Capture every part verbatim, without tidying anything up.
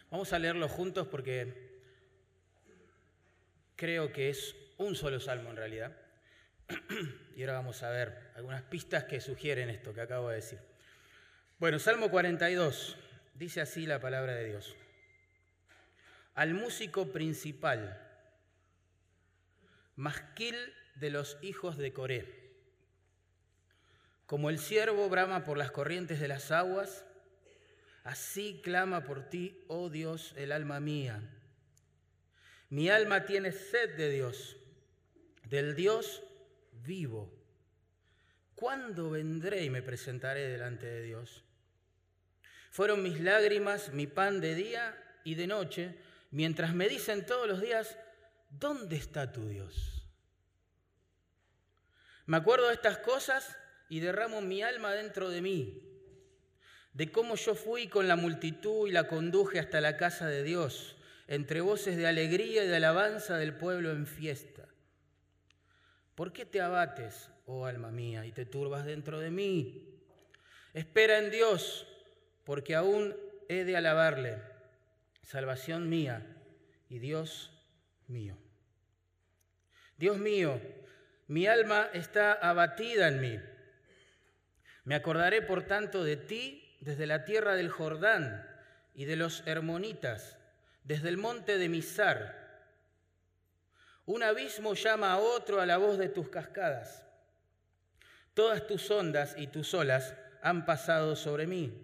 Vamos a leerlo juntos porque creo que es un solo salmo en realidad. Y ahora vamos a ver algunas pistas que sugieren esto que acabo de decir. Bueno, Salmo cuarenta y dos, dice así la palabra de Dios. Al músico principal, masquil de los hijos de Coré. Como el ciervo brama por las corrientes de las aguas, así clama por ti, oh Dios, el alma mía. Mi alma tiene sed de Dios, del Dios vivo. ¿Cuándo vendré y me presentaré delante de Dios? Fueron mis lágrimas mi pan de día y de noche, mientras me dicen todos los días, ¿dónde está tu Dios? Me acuerdo de estas cosas y derramo mi alma dentro de mí, de cómo yo fui con la multitud y la conduje hasta la casa de Dios, entre voces de alegría y de alabanza del pueblo en fiesta. ¿Por qué te abates, oh alma mía, y te turbas dentro de mí? Espera en Dios, porque aún he de alabarle, salvación mía y Dios mío. Dios mío, mi alma está abatida en mí. Me acordaré, por tanto, de ti desde la tierra del Jordán y de los hermonitas, desde el monte de Mizar. Un abismo llama a otro a la voz de tus cascadas. Todas tus ondas y tus olas han pasado sobre mí.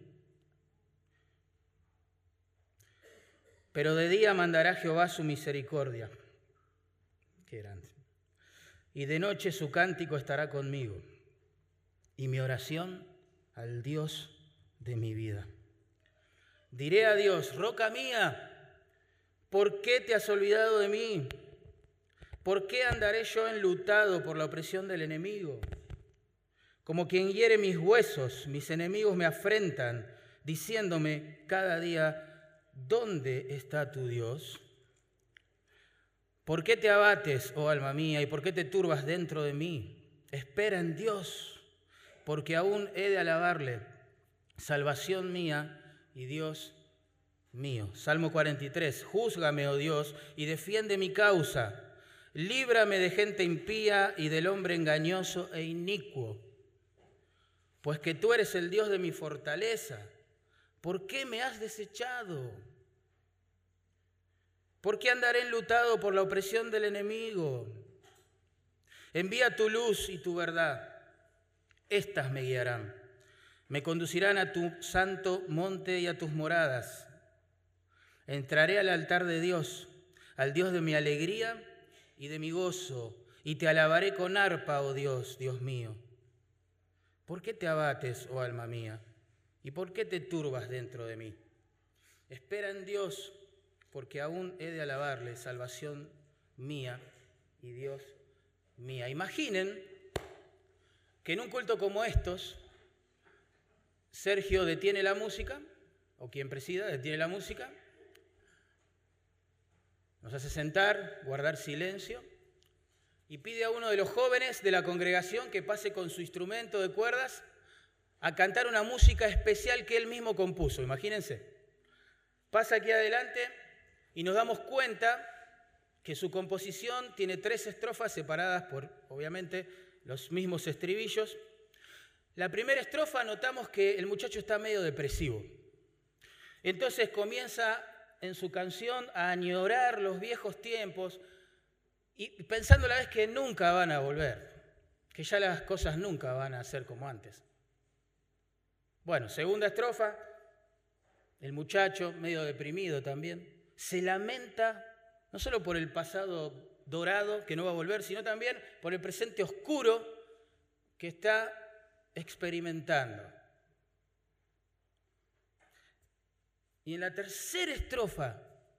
Pero de día mandará Jehová su misericordia. Qué grande. Y de noche su cántico estará conmigo. Y mi oración al Dios de mi vida. Diré a Dios, roca mía, ¿por qué te has olvidado de mí? ¿Por qué andaré yo enlutado por la opresión del enemigo? Como quien hiere mis huesos, mis enemigos me afrentan, diciéndome cada día, ¿dónde está tu Dios? ¿Por qué te abates, oh alma mía, y por qué te turbas dentro de mí? Espera en Dios, porque aún he de alabarle, salvación mía y Dios mío. Salmo cuarenta y tres, júzgame, oh Dios, y defiende mi causa. Líbrame de gente impía y del hombre engañoso e inicuo. Pues que tú eres el Dios de mi fortaleza. ¿Por qué me has desechado? ¿Por qué andaré enlutado por la opresión del enemigo? Envía tu luz y tu verdad. Estas me guiarán. Me conducirán a tu santo monte y a tus moradas. Entraré al altar de Dios, al Dios de mi alegría y de mi gozo, y te alabaré con arpa, oh Dios, Dios mío. ¿Por qué te abates, oh alma mía? ¿Y por qué te turbas dentro de mí? Espera en Dios, porque aún he de alabarle, salvación mía y Dios mía. Imaginen que en un culto como estos, Sergio detiene la música, o quien presida detiene la música, nos hace sentar, guardar silencio, y pide a uno de los jóvenes de la congregación que pase con su instrumento de cuerdas a cantar una música especial que él mismo compuso. Imagínense. Pasa aquí adelante y nos damos cuenta que su composición tiene tres estrofas separadas por, obviamente, los mismos estribillos. La primera estrofa notamos que el muchacho está medio depresivo. Entonces comienza en su canción a añorar los viejos tiempos y pensando a la vez que nunca van a volver, que ya las cosas nunca van a ser como antes. Bueno, segunda estrofa, el muchacho, medio deprimido también, se lamenta no solo por el pasado dorado que no va a volver, sino también por el presente oscuro que está experimentando. Y en la tercera estrofa,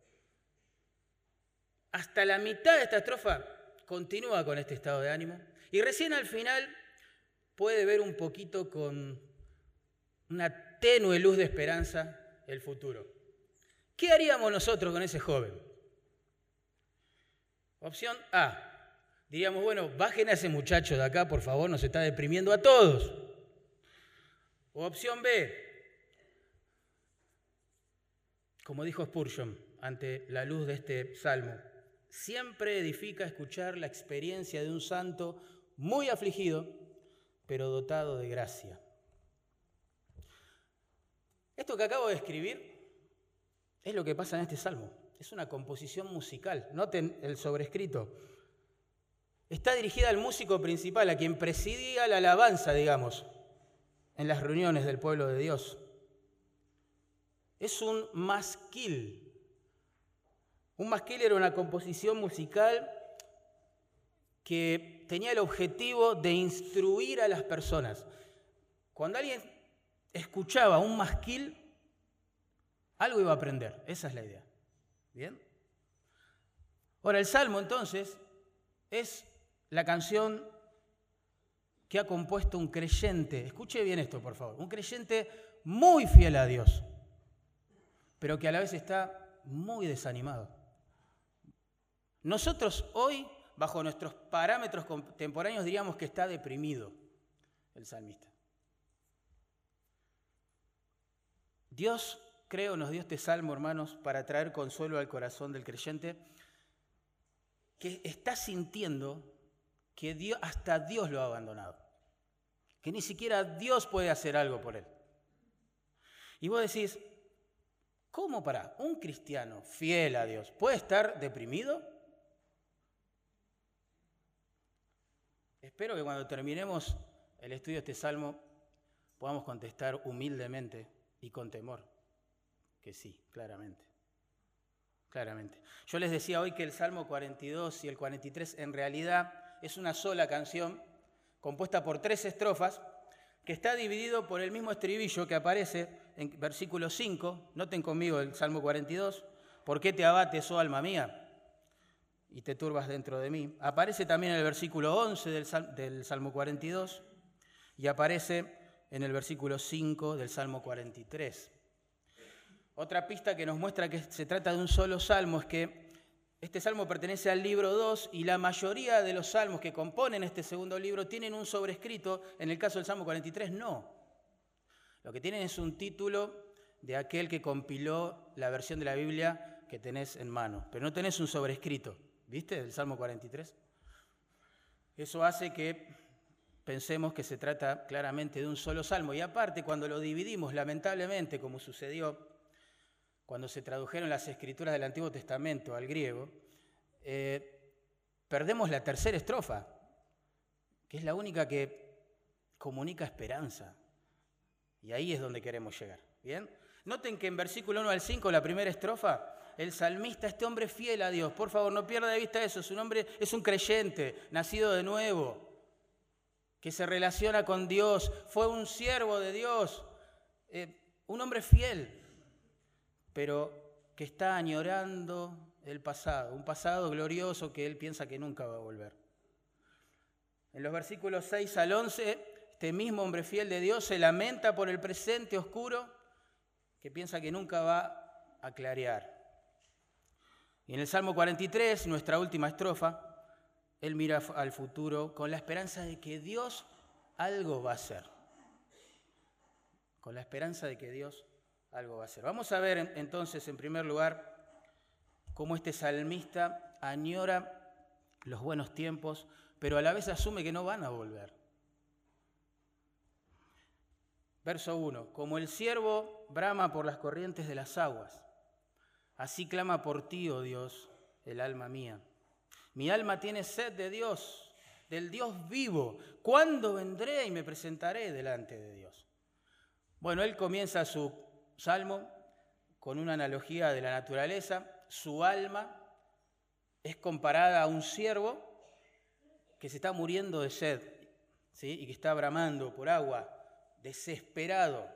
hasta la mitad de esta estrofa, continúa con este estado de ánimo. Y recién al final puede ver un poquito con una tenue luz de esperanza el futuro. ¿Qué haríamos nosotros con ese joven? Opción A. Diríamos, bueno, bajen a ese muchacho de acá, por favor, nos está deprimiendo a todos. O opción B. Como dijo Spurgeon ante la luz de este salmo, siempre edifica escuchar la experiencia de un santo muy afligido, pero dotado de gracia. Esto que acabo de escribir es lo que pasa en este salmo. Es una composición musical. Noten el sobrescrito. Está dirigida al músico principal, a quien presidía la alabanza, digamos, en las reuniones del pueblo de Dios. Es un masquil. Un masquil era una composición musical que tenía el objetivo de instruir a las personas. Cuando alguien escuchaba un masquil, algo iba a aprender. Esa es la idea. ¿Bien? Ahora, el Salmo, entonces, es la canción que ha compuesto un creyente. Escuche bien esto, por favor. Un creyente muy fiel a Dios, pero que a la vez está muy desanimado. Nosotros hoy, bajo nuestros parámetros contemporáneos, diríamos que está deprimido el salmista. Dios, creo, nos dio este salmo, hermanos, para traer consuelo al corazón del creyente que está sintiendo que Dios, hasta Dios lo ha abandonado, que ni siquiera Dios puede hacer algo por él. Y vos decís, ¿cómo para un cristiano fiel a Dios puede estar deprimido? Espero que cuando terminemos el estudio de este salmo podamos contestar humildemente y con temor, que sí, claramente, claramente. Yo les decía hoy que el Salmo cuarenta y dos y el cuarenta y tres en realidad es una sola canción compuesta por tres estrofas que está dividido por el mismo estribillo que aparece en versículo cinco. Noten conmigo el Salmo cuarenta y dos. ¿Por qué te abates, oh alma mía, y te turbas dentro de mí? Aparece también en el versículo once del, Sal- del Salmo cuarenta y dos y aparece en el versículo cinco del Salmo cuarenta y tres. Otra pista que nos muestra que se trata de un solo salmo es que este salmo pertenece al libro dos y la mayoría de los salmos que componen este segundo libro tienen un sobrescrito. En el caso del Salmo cuarenta y tres, no. Lo que tienen es un título de aquel que compiló la versión de la Biblia que tenés en mano, pero no tenés un sobrescrito, ¿viste? Del Salmo cuarenta y tres. Eso hace que pensemos que se trata claramente de un solo salmo. Y aparte, cuando lo dividimos, lamentablemente, como sucedió cuando se tradujeron las escrituras del Antiguo Testamento al griego, eh, perdemos la tercera estrofa, que es la única que comunica esperanza. Y ahí es donde queremos llegar. ¿Bien? Noten que en versículo uno al cinco, la primera estrofa, el salmista, este hombre fiel a Dios, por favor, no pierda de vista eso, es un hombre, es un creyente, nacido de nuevo, que se relaciona con Dios, fue un siervo de Dios, eh, un hombre fiel, pero que está añorando el pasado, un pasado glorioso que él piensa que nunca va a volver. En los versículos seis al once, este mismo hombre fiel de Dios se lamenta por el presente oscuro que piensa que nunca va a clarear. Y en el Salmo cuarenta y tres, nuestra última estrofa, él mira al futuro con la esperanza de que Dios algo va a hacer. Con la esperanza de que Dios algo va a hacer. Vamos a ver entonces, en primer lugar, cómo este salmista añora los buenos tiempos, pero a la vez asume que no van a volver. Verso uno. Como el ciervo brama por las corrientes de las aguas, así clama por ti, oh Dios, el alma mía. Mi alma tiene sed de Dios, del Dios vivo. ¿Cuándo vendré y me presentaré delante de Dios? Bueno, él comienza su salmo con una analogía de la naturaleza. Su alma es comparada a un ciervo que se está muriendo de sed, ¿sí? Y que está bramando por agua, desesperado.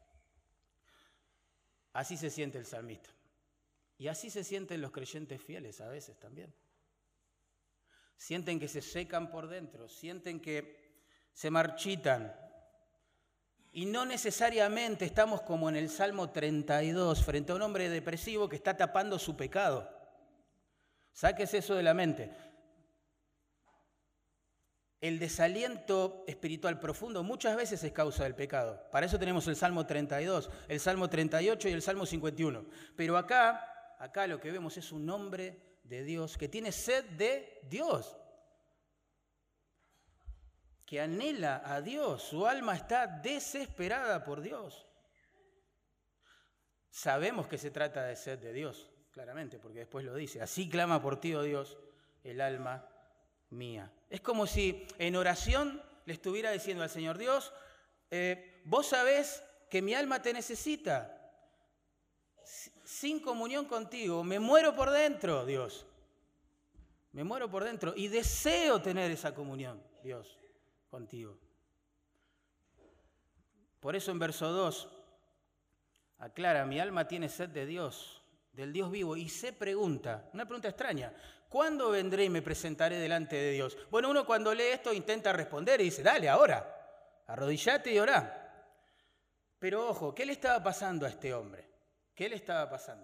Así se siente el salmista. Y así se sienten los creyentes fieles a veces también. Sienten que se secan por dentro, sienten que se marchitan. Y no necesariamente estamos como en el Salmo treinta y dos, frente a un hombre depresivo que está tapando su pecado. Sáquese eso de la mente. el desaliento espiritual profundo muchas veces es causa del pecado. Para eso tenemos el Salmo treinta y dos, el Salmo treinta y ocho y el Salmo cincuenta y uno. Pero acá, acá lo que vemos es un hombre de Dios que tiene sed de Dios, que anhela a Dios. Su alma está desesperada por Dios. Sabemos que se trata de sed de Dios, claramente, porque después lo dice. Así clama por ti, oh Dios, el alma mía. Es como si en oración le estuviera diciendo al Señor: Dios, eh, vos sabés que mi alma te necesita. Sin comunión contigo, me muero por dentro, Dios. Me muero por dentro y deseo tener esa comunión, Dios, contigo. Por eso en verso dos aclara: mi alma tiene sed de Dios, del Dios vivo, y se pregunta, una pregunta extraña: ¿cuándo vendré y me presentaré delante de Dios? Bueno, uno cuando lee esto intenta responder y dice: dale, ahora, arrodillate y orá. Pero ojo, ¿qué le estaba pasando a este hombre? ¿Qué le estaba pasando?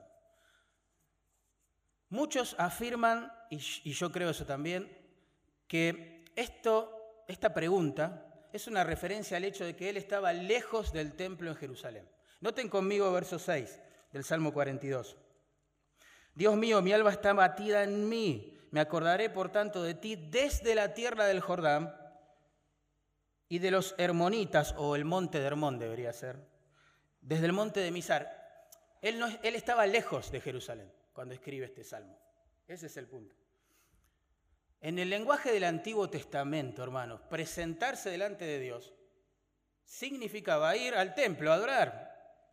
Muchos afirman, y yo creo eso también, que esto, esta pregunta es una referencia al hecho de que él estaba lejos del templo en Jerusalén. Noten conmigo verso seis del Salmo cuarenta y dos. Dios mío, mi alma está batida en mí. Me acordaré, por tanto, de ti desde la tierra del Jordán y de los Hermonitas, o el monte de Hermón debería ser, desde el monte de Misar. Él, no, él estaba lejos de Jerusalén cuando escribe este salmo. Ese es el punto. En el lenguaje del Antiguo Testamento, hermanos, presentarse delante de Dios significaba ir al templo a adorar.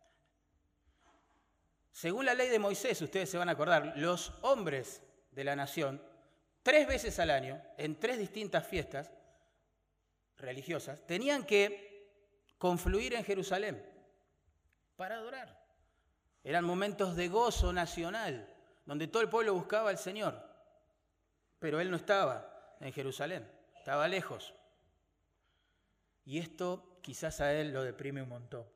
Según la ley de Moisés, ustedes se van a acordar, los hombres de la nación, tres veces al año, en tres distintas fiestas religiosas, tenían que confluir en Jerusalén para adorar. Eran momentos de gozo nacional, donde todo el pueblo buscaba al Señor. Pero él no estaba en Jerusalén, estaba lejos. Y esto quizás a él lo deprime un montón.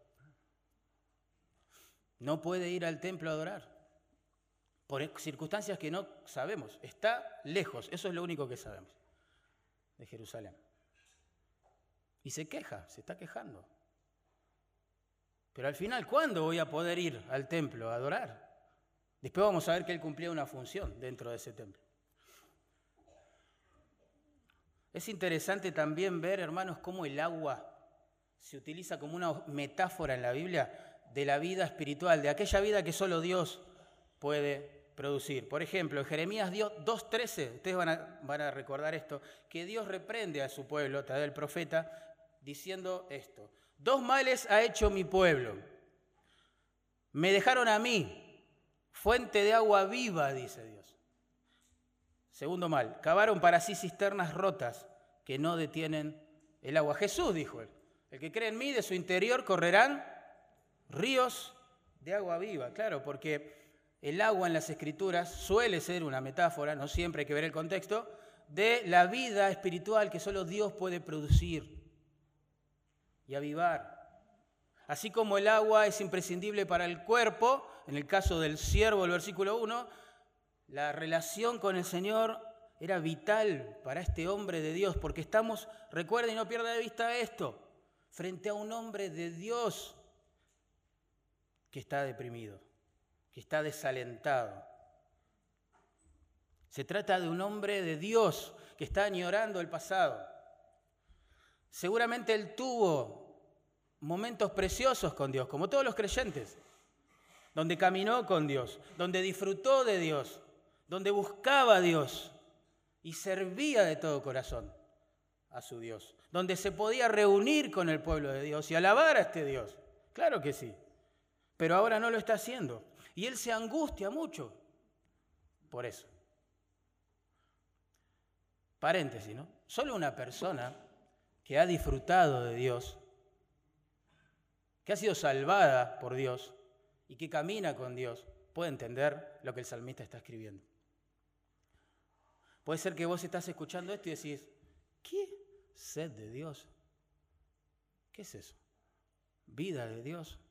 No puede ir al templo a adorar, por circunstancias que no sabemos. Está lejos, eso es lo único que sabemos de Jerusalén. Y se queja, se está quejando. Pero al final, ¿cuándo voy a poder ir al templo a adorar? Después vamos a ver que él cumplía una función dentro de ese templo. Es interesante también ver, hermanos, cómo el agua se utiliza como una metáfora en la Biblia de la vida espiritual, de aquella vida que solo Dios puede producir. Por ejemplo, en Jeremías dos trece, ustedes van a, van a recordar esto, que Dios reprende a su pueblo, a través del profeta, diciendo esto: dos males ha hecho mi pueblo. Me dejaron a mí, fuente de agua viva, dice Dios. Segundo mal, cavaron para sí cisternas rotas que no detienen el agua. Jesús dijo él: el que cree en mí, de su interior correrán ríos de agua viva. Claro, porque el agua en las Escrituras suele ser una metáfora, no siempre hay que ver el contexto, de la vida espiritual que solo Dios puede producir y avivar. Así como el agua es imprescindible para el cuerpo, en el caso del siervo, el versículo uno, la relación con el Señor era vital para este hombre de Dios, porque estamos, recuerden y no pierda de vista esto, frente a un hombre de Dios que está deprimido, que está desalentado. Se trata de un hombre de Dios que está añorando el pasado. Seguramente él tuvo momentos preciosos con Dios, como todos los creyentes, donde caminó con Dios, donde disfrutó de Dios, donde buscaba a Dios y servía de todo corazón a su Dios, donde se podía reunir con el pueblo de Dios y alabar a este Dios. Claro que sí, pero ahora no lo está haciendo y él se angustia mucho por eso. Paréntesis, ¿no? Solo una persona que ha disfrutado de Dios, que ha sido salvada por Dios y que camina con Dios, puede entender lo que el salmista está escribiendo. Puede ser que vos estás escuchando esto y decís: ¿qué? ¿Sed de Dios? ¿Qué es eso? ¿Vida de Dios?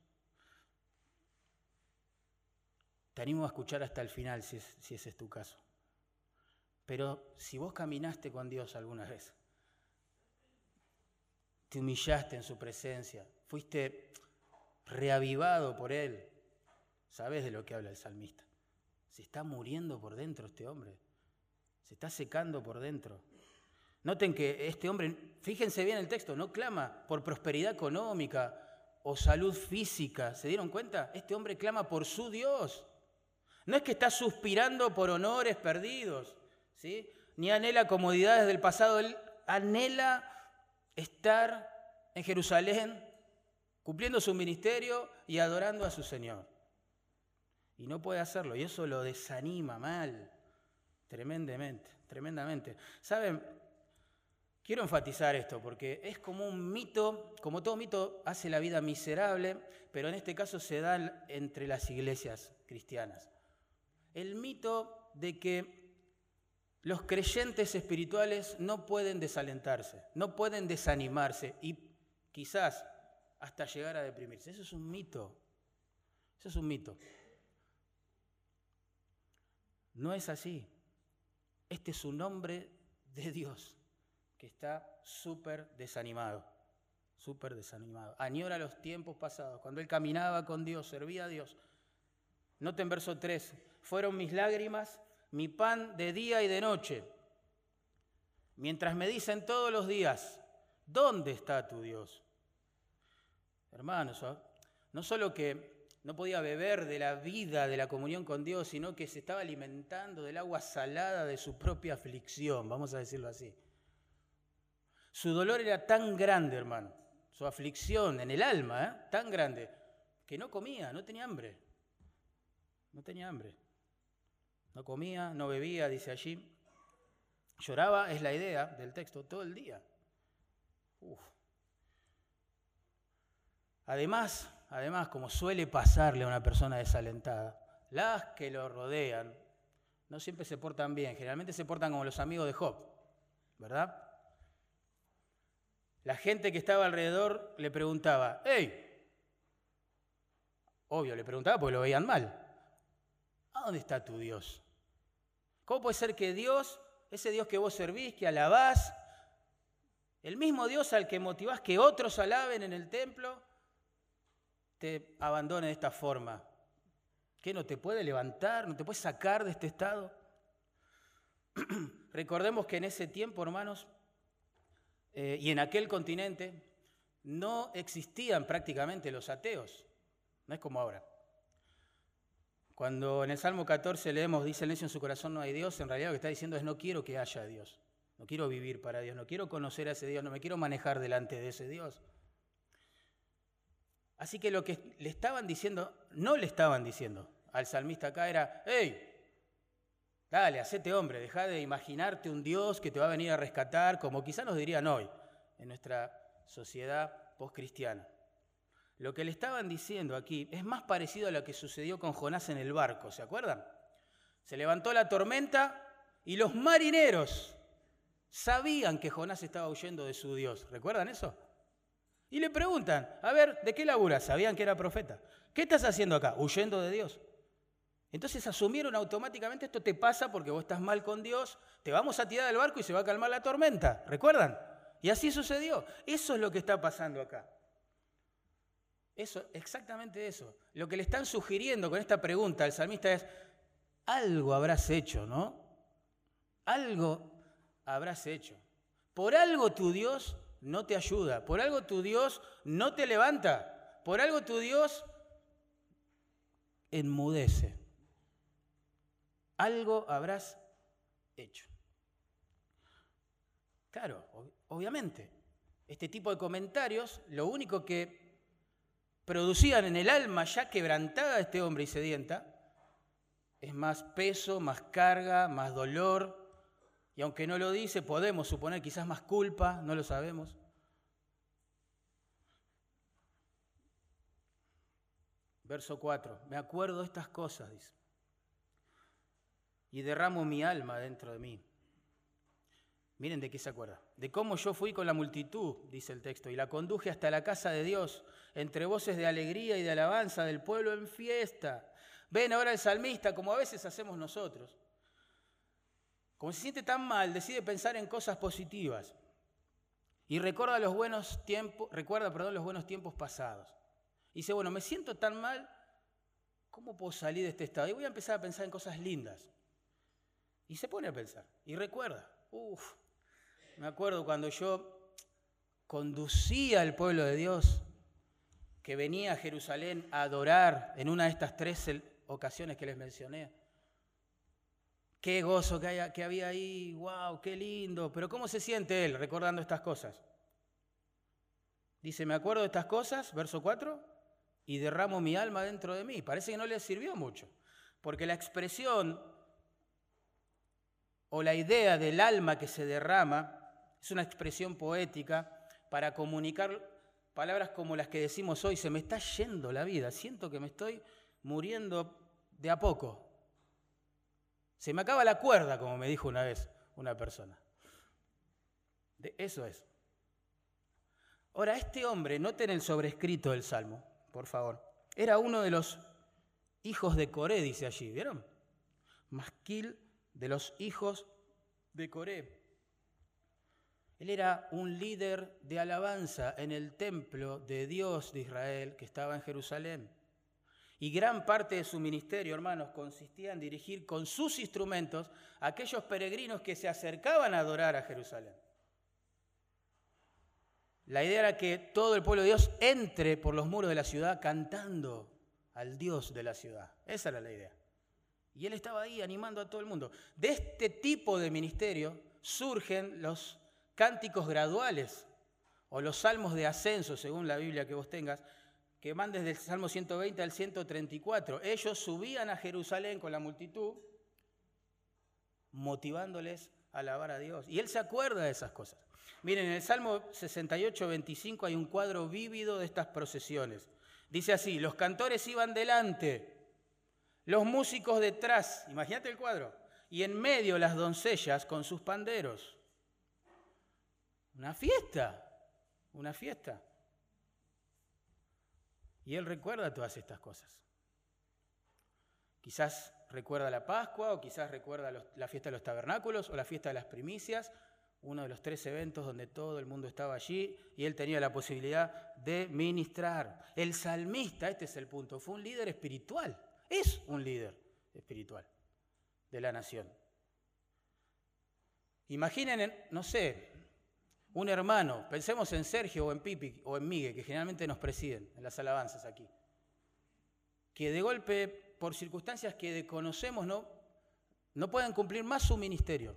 Te animo a escuchar hasta el final si, es, si ese es tu caso. Pero si vos caminaste con Dios alguna vez, te humillaste en su presencia, fuiste reavivado por Él. ¿Sabes de lo que habla el salmista? Se está muriendo por dentro este hombre, se está secando por dentro. Noten que este hombre, fíjense bien el texto, no clama por prosperidad económica o salud física. ¿Se dieron cuenta? Este hombre clama por su Dios. No es que está suspirando por honores perdidos, ¿sí? Ni anhela comodidades del pasado. Él anhela estar en Jerusalén, cumpliendo su ministerio y adorando a su Señor. Y no puede hacerlo, y eso lo desanima mal, tremendamente, tremendamente. ¿Saben? Quiero enfatizar esto porque es como un mito, como todo mito hace la vida miserable, pero en este caso se da entre las iglesias cristianas. El mito de que los creyentes espirituales no pueden desalentarse, no pueden desanimarse y quizás hasta llegar a deprimirse. Eso es un mito, eso es un mito. No es así. Este es un hombre de Dios que está súper desanimado, súper desanimado. Añora los tiempos pasados, cuando él caminaba con Dios, servía a Dios. Noten verso tres, fueron mis lágrimas, mi pan de día y de noche, mientras me dicen todos los días, ¿dónde está tu Dios? Hermanos, no solo que no podía beber de la vida, de la comunión con Dios, sino que se estaba alimentando del agua salada de su propia aflicción, vamos a decirlo así. Su dolor era tan grande, hermano, su aflicción en el alma, ¿eh? tan grande, que no comía, no tenía hambre. No tenía hambre. No comía, no bebía, dice allí. Lloraba, es la idea del texto, todo el día. Uf. Además, además, como suele pasarle a una persona desalentada, las que lo rodean no siempre se portan bien, generalmente se portan como los amigos de Job, ¿verdad? La gente que estaba alrededor le preguntaba, ¡hey! Obvio, le preguntaba porque lo veían mal. ¿A dónde está tu Dios? ¿Cómo puede ser que Dios, ese Dios que vos servís, que alabás, el mismo Dios al que motivás que otros alaben en el templo, te abandone de esta forma? ¿Qué, no te puede levantar, no te puede sacar de este estado? Recordemos que en ese tiempo, hermanos, eh, y en aquel continente, no existían prácticamente los ateos. No es como ahora. Cuando en el Salmo catorce leemos, dice el necio en su corazón no hay Dios, en realidad lo que está diciendo es no quiero que haya Dios, no quiero vivir para Dios, no quiero conocer a ese Dios, no me quiero manejar delante de ese Dios. Así que lo que le estaban diciendo, no le estaban diciendo al salmista acá era, hey, dale, hacete hombre, dejá de imaginarte un Dios que te va a venir a rescatar, como quizá nos dirían hoy en nuestra sociedad postcristiana. Lo que le estaban diciendo aquí es más parecido a lo que sucedió con Jonás en el barco, ¿se acuerdan? Se levantó la tormenta y los marineros sabían que Jonás estaba huyendo de su Dios. ¿Recuerdan eso? Y le preguntan, a ver, ¿de qué laburas? Sabían que era profeta. ¿Qué estás haciendo acá? Huyendo de Dios. Entonces asumieron automáticamente esto te pasa porque vos estás mal con Dios, te vamos a tirar del barco y se va a calmar la tormenta. ¿Recuerdan? Y así sucedió. Eso es lo que está pasando acá. Eso, exactamente eso. Lo que le están sugiriendo con esta pregunta al salmista es, algo habrás hecho, ¿no? Algo habrás hecho. Por algo tu Dios no te ayuda, por algo tu Dios no te levanta, por algo tu Dios enmudece. Algo habrás hecho. Claro, obviamente, este tipo de comentarios, lo único que producían en el alma ya quebrantada de este hombre y sedienta, es más peso, más carga, más dolor, y aunque no lo dice, podemos suponer quizás más culpa, no lo sabemos. Verso cuatro, me acuerdo de estas cosas, dice, y derramo mi alma dentro de mí. Miren de qué se acuerda. De cómo yo fui con la multitud, dice el texto, y la conduje hasta la casa de Dios, entre voces de alegría y de alabanza del pueblo en fiesta. Ven ahora el salmista, como a veces hacemos nosotros. Como se siente tan mal, decide pensar en cosas positivas. Y recuerda los buenos tiempos, recuerda, perdón, los buenos tiempos pasados. Y dice, bueno, me siento tan mal, ¿cómo puedo salir de este estado? Y voy a empezar a pensar en cosas lindas. Y se pone a pensar. Y recuerda, uff, me acuerdo cuando yo conducía al pueblo de Dios, que venía a Jerusalén a adorar en una de estas tres ocasiones que les mencioné. Qué gozo que, haya, que había ahí, wow, qué lindo. Pero ¿cómo se siente él recordando estas cosas? Dice, me acuerdo de estas cosas, verso cuatro, y derramo mi alma dentro de mí. Parece que no le sirvió mucho, porque la expresión o la idea del alma que se derrama es una expresión poética para comunicar palabras como las que decimos hoy, se me está yendo la vida, siento que me estoy muriendo de a poco. Se me acaba la cuerda, como me dijo una vez una persona. De eso es. Ahora, este hombre, noten el sobrescrito del Salmo, por favor. Era uno de los hijos de Coré, dice allí, ¿vieron? Masquil de los hijos de Coré. Él era un líder de alabanza en el templo de Dios de Israel que estaba en Jerusalén. Y gran parte de su ministerio, hermanos, consistía en dirigir con sus instrumentos a aquellos peregrinos que se acercaban a adorar a Jerusalén. La idea era que todo el pueblo de Dios entre por los muros de la ciudad cantando al Dios de la ciudad. Esa era la idea. Y él estaba ahí animando a todo el mundo. De este tipo de ministerio surgen los cánticos graduales o los salmos de ascenso, según la Biblia que vos tengas, que van desde el Salmo ciento veinte al ciento treinta y cuatro. Ellos subían a Jerusalén con la multitud, motivándoles a alabar a Dios. Y él se acuerda de esas cosas. Miren, en el Salmo sesenta y ocho, veinticinco hay un cuadro vívido de estas procesiones. Dice así, los cantores iban delante, los músicos detrás, imagínate el cuadro, y en medio las doncellas con sus panderos. Una fiesta, una fiesta. Y él recuerda todas estas cosas. Quizás recuerda la Pascua, o quizás recuerda los, la fiesta de los tabernáculos, o la fiesta de las primicias, uno de los tres eventos donde todo el mundo estaba allí, y él tenía la posibilidad de ministrar. El salmista, este es el punto, fue un líder espiritual, es un líder espiritual de la nación. Imaginen, no sé, un hermano, pensemos en Sergio o en Pipi o en Miguel, que generalmente nos presiden en las alabanzas aquí, que de golpe, por circunstancias que desconocemos, no, no pueden cumplir más su ministerio.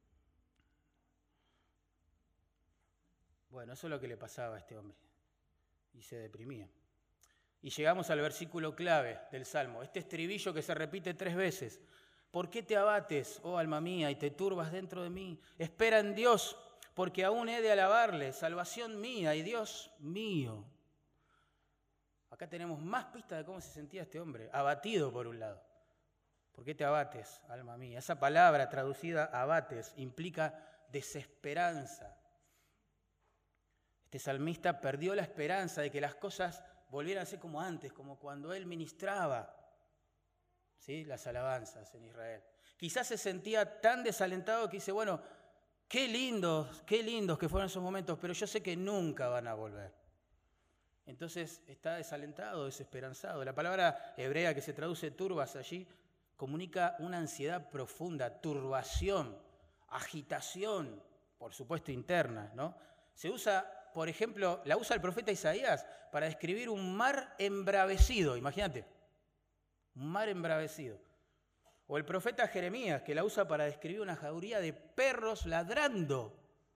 Bueno, eso es lo que le pasaba a este hombre, y se deprimía. Y llegamos al versículo clave del Salmo, este estribillo que se repite tres veces. ¿Por qué te abates, oh alma mía, y te turbas dentro de mí? Espera en Dios, porque aún he de alabarle, salvación mía y Dios mío. Acá tenemos más pistas de cómo se sentía este hombre, abatido por un lado. ¿Por qué te abates, alma mía? Esa palabra traducida abates implica desesperanza. Este salmista perdió la esperanza de que las cosas volvieran a ser como antes, como cuando él ministraba, ¿sí?, las alabanzas en Israel. Quizás se sentía tan desalentado que dice, bueno, qué lindos, qué lindos que fueron esos momentos, pero yo sé que nunca van a volver. Entonces está desalentado, desesperanzado. La palabra hebrea que se traduce turbas allí comunica una ansiedad profunda, turbación, agitación, por supuesto interna, ¿no? Se usa, por ejemplo, la usa el profeta Isaías para describir un mar embravecido, imagínate, un mar embravecido. O el profeta Jeremías, que la usa para describir una jauría de perros ladrando.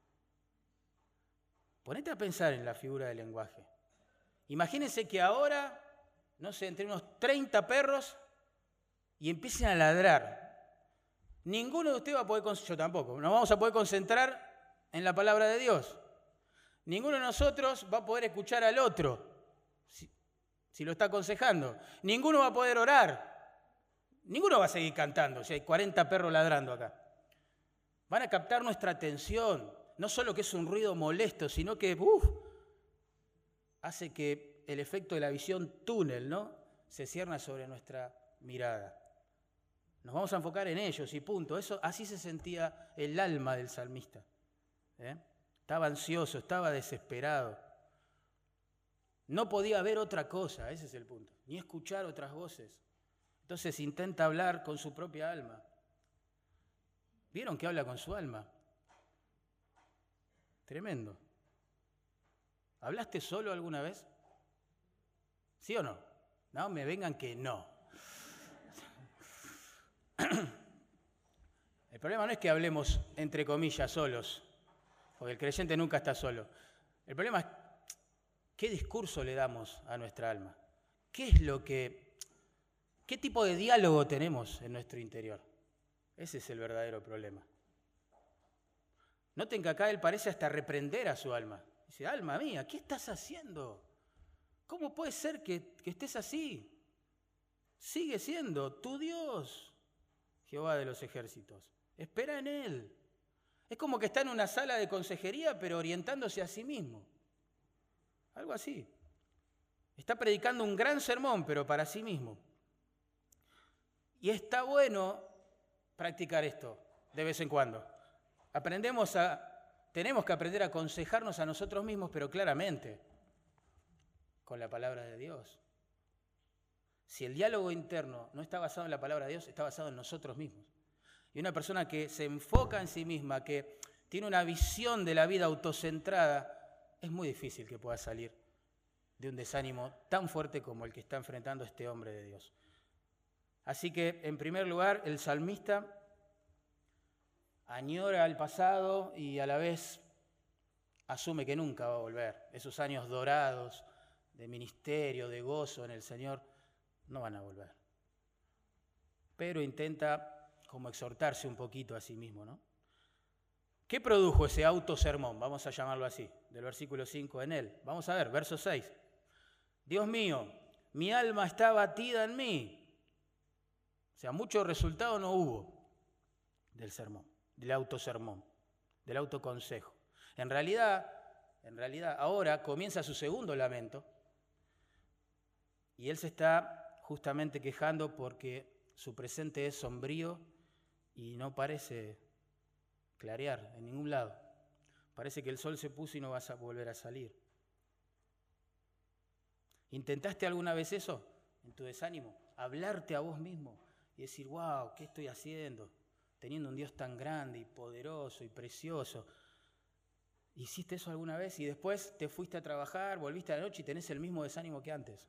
Ponete a pensar en la figura del lenguaje. Imagínense que ahora, no sé, entre unos treinta perros y empiecen a ladrar. Ninguno de ustedes va a poder, yo tampoco, nos vamos a poder concentrar en la palabra de Dios. Ninguno de nosotros va a poder escuchar al otro, si, si lo está aconsejando. Ninguno va a poder orar. Ninguno va a seguir cantando, si hay cuarenta perros ladrando acá. Van a captar nuestra atención. No solo que es un ruido molesto, sino que uf, hace que el efecto de la visión túnel, ¿no?, se cierna sobre nuestra mirada. Nos vamos a enfocar en ellos y punto. Eso, así se sentía el alma del salmista, ¿eh? Estaba ansioso, estaba desesperado. No podía ver otra cosa, ese es el punto, ni escuchar otras voces. Entonces intenta hablar con su propia alma. ¿Vieron que habla con su alma? Tremendo. ¿Hablaste solo alguna vez? ¿Sí o no? No, me vengan que no. El problema no es que hablemos, entre comillas, solos, porque el creyente nunca está solo. El problema es qué discurso le damos a nuestra alma. ¿Qué es lo que, qué tipo de diálogo tenemos en nuestro interior? Ese es el verdadero problema. Noten que acá él parece hasta reprender a su alma. Dice, alma mía, ¿qué estás haciendo? ¿Cómo puede ser que, que estés así? Sigue siendo tu Dios, Jehová de los ejércitos. Espera en Él. Es como que está en una sala de consejería, pero orientándose a sí mismo. Algo así. Está predicando un gran sermón, pero para sí mismo. Y está bueno practicar esto de vez en cuando. Aprendemos a, tenemos que aprender a aconsejarnos a nosotros mismos, pero claramente, con la palabra de Dios. Si el diálogo interno no está basado en la palabra de Dios, está basado en nosotros mismos. Y una persona que se enfoca en sí misma, que tiene una visión de la vida autocentrada, es muy difícil que pueda salir de un desánimo tan fuerte como el que está enfrentando este hombre de Dios. Así que, en primer lugar, el salmista añora el pasado y a la vez asume que nunca va a volver. Esos años dorados de ministerio, de gozo en el Señor, no van a volver. Pero intenta como exhortarse un poquito a sí mismo, ¿no? ¿Qué produjo ese autosermón? Vamos a llamarlo así, del versículo cinco en él. Vamos a ver, verso seis. Dios mío, mi alma está abatida en mí. O sea, mucho resultado no hubo del sermón, del autosermón, del autoconsejo. En realidad, en realidad, ahora comienza su segundo lamento y él se está justamente quejando porque su presente es sombrío y no parece clarear en ningún lado. Parece que el sol se puso y no vas a volver a salir. ¿Intentaste alguna vez eso en tu desánimo? Hablarte a vos mismo y decir, wow, ¿qué estoy haciendo? Teniendo un Dios tan grande y poderoso y precioso. ¿Hiciste eso alguna vez? Y después te fuiste a trabajar, volviste a la noche y tenés el mismo desánimo que antes.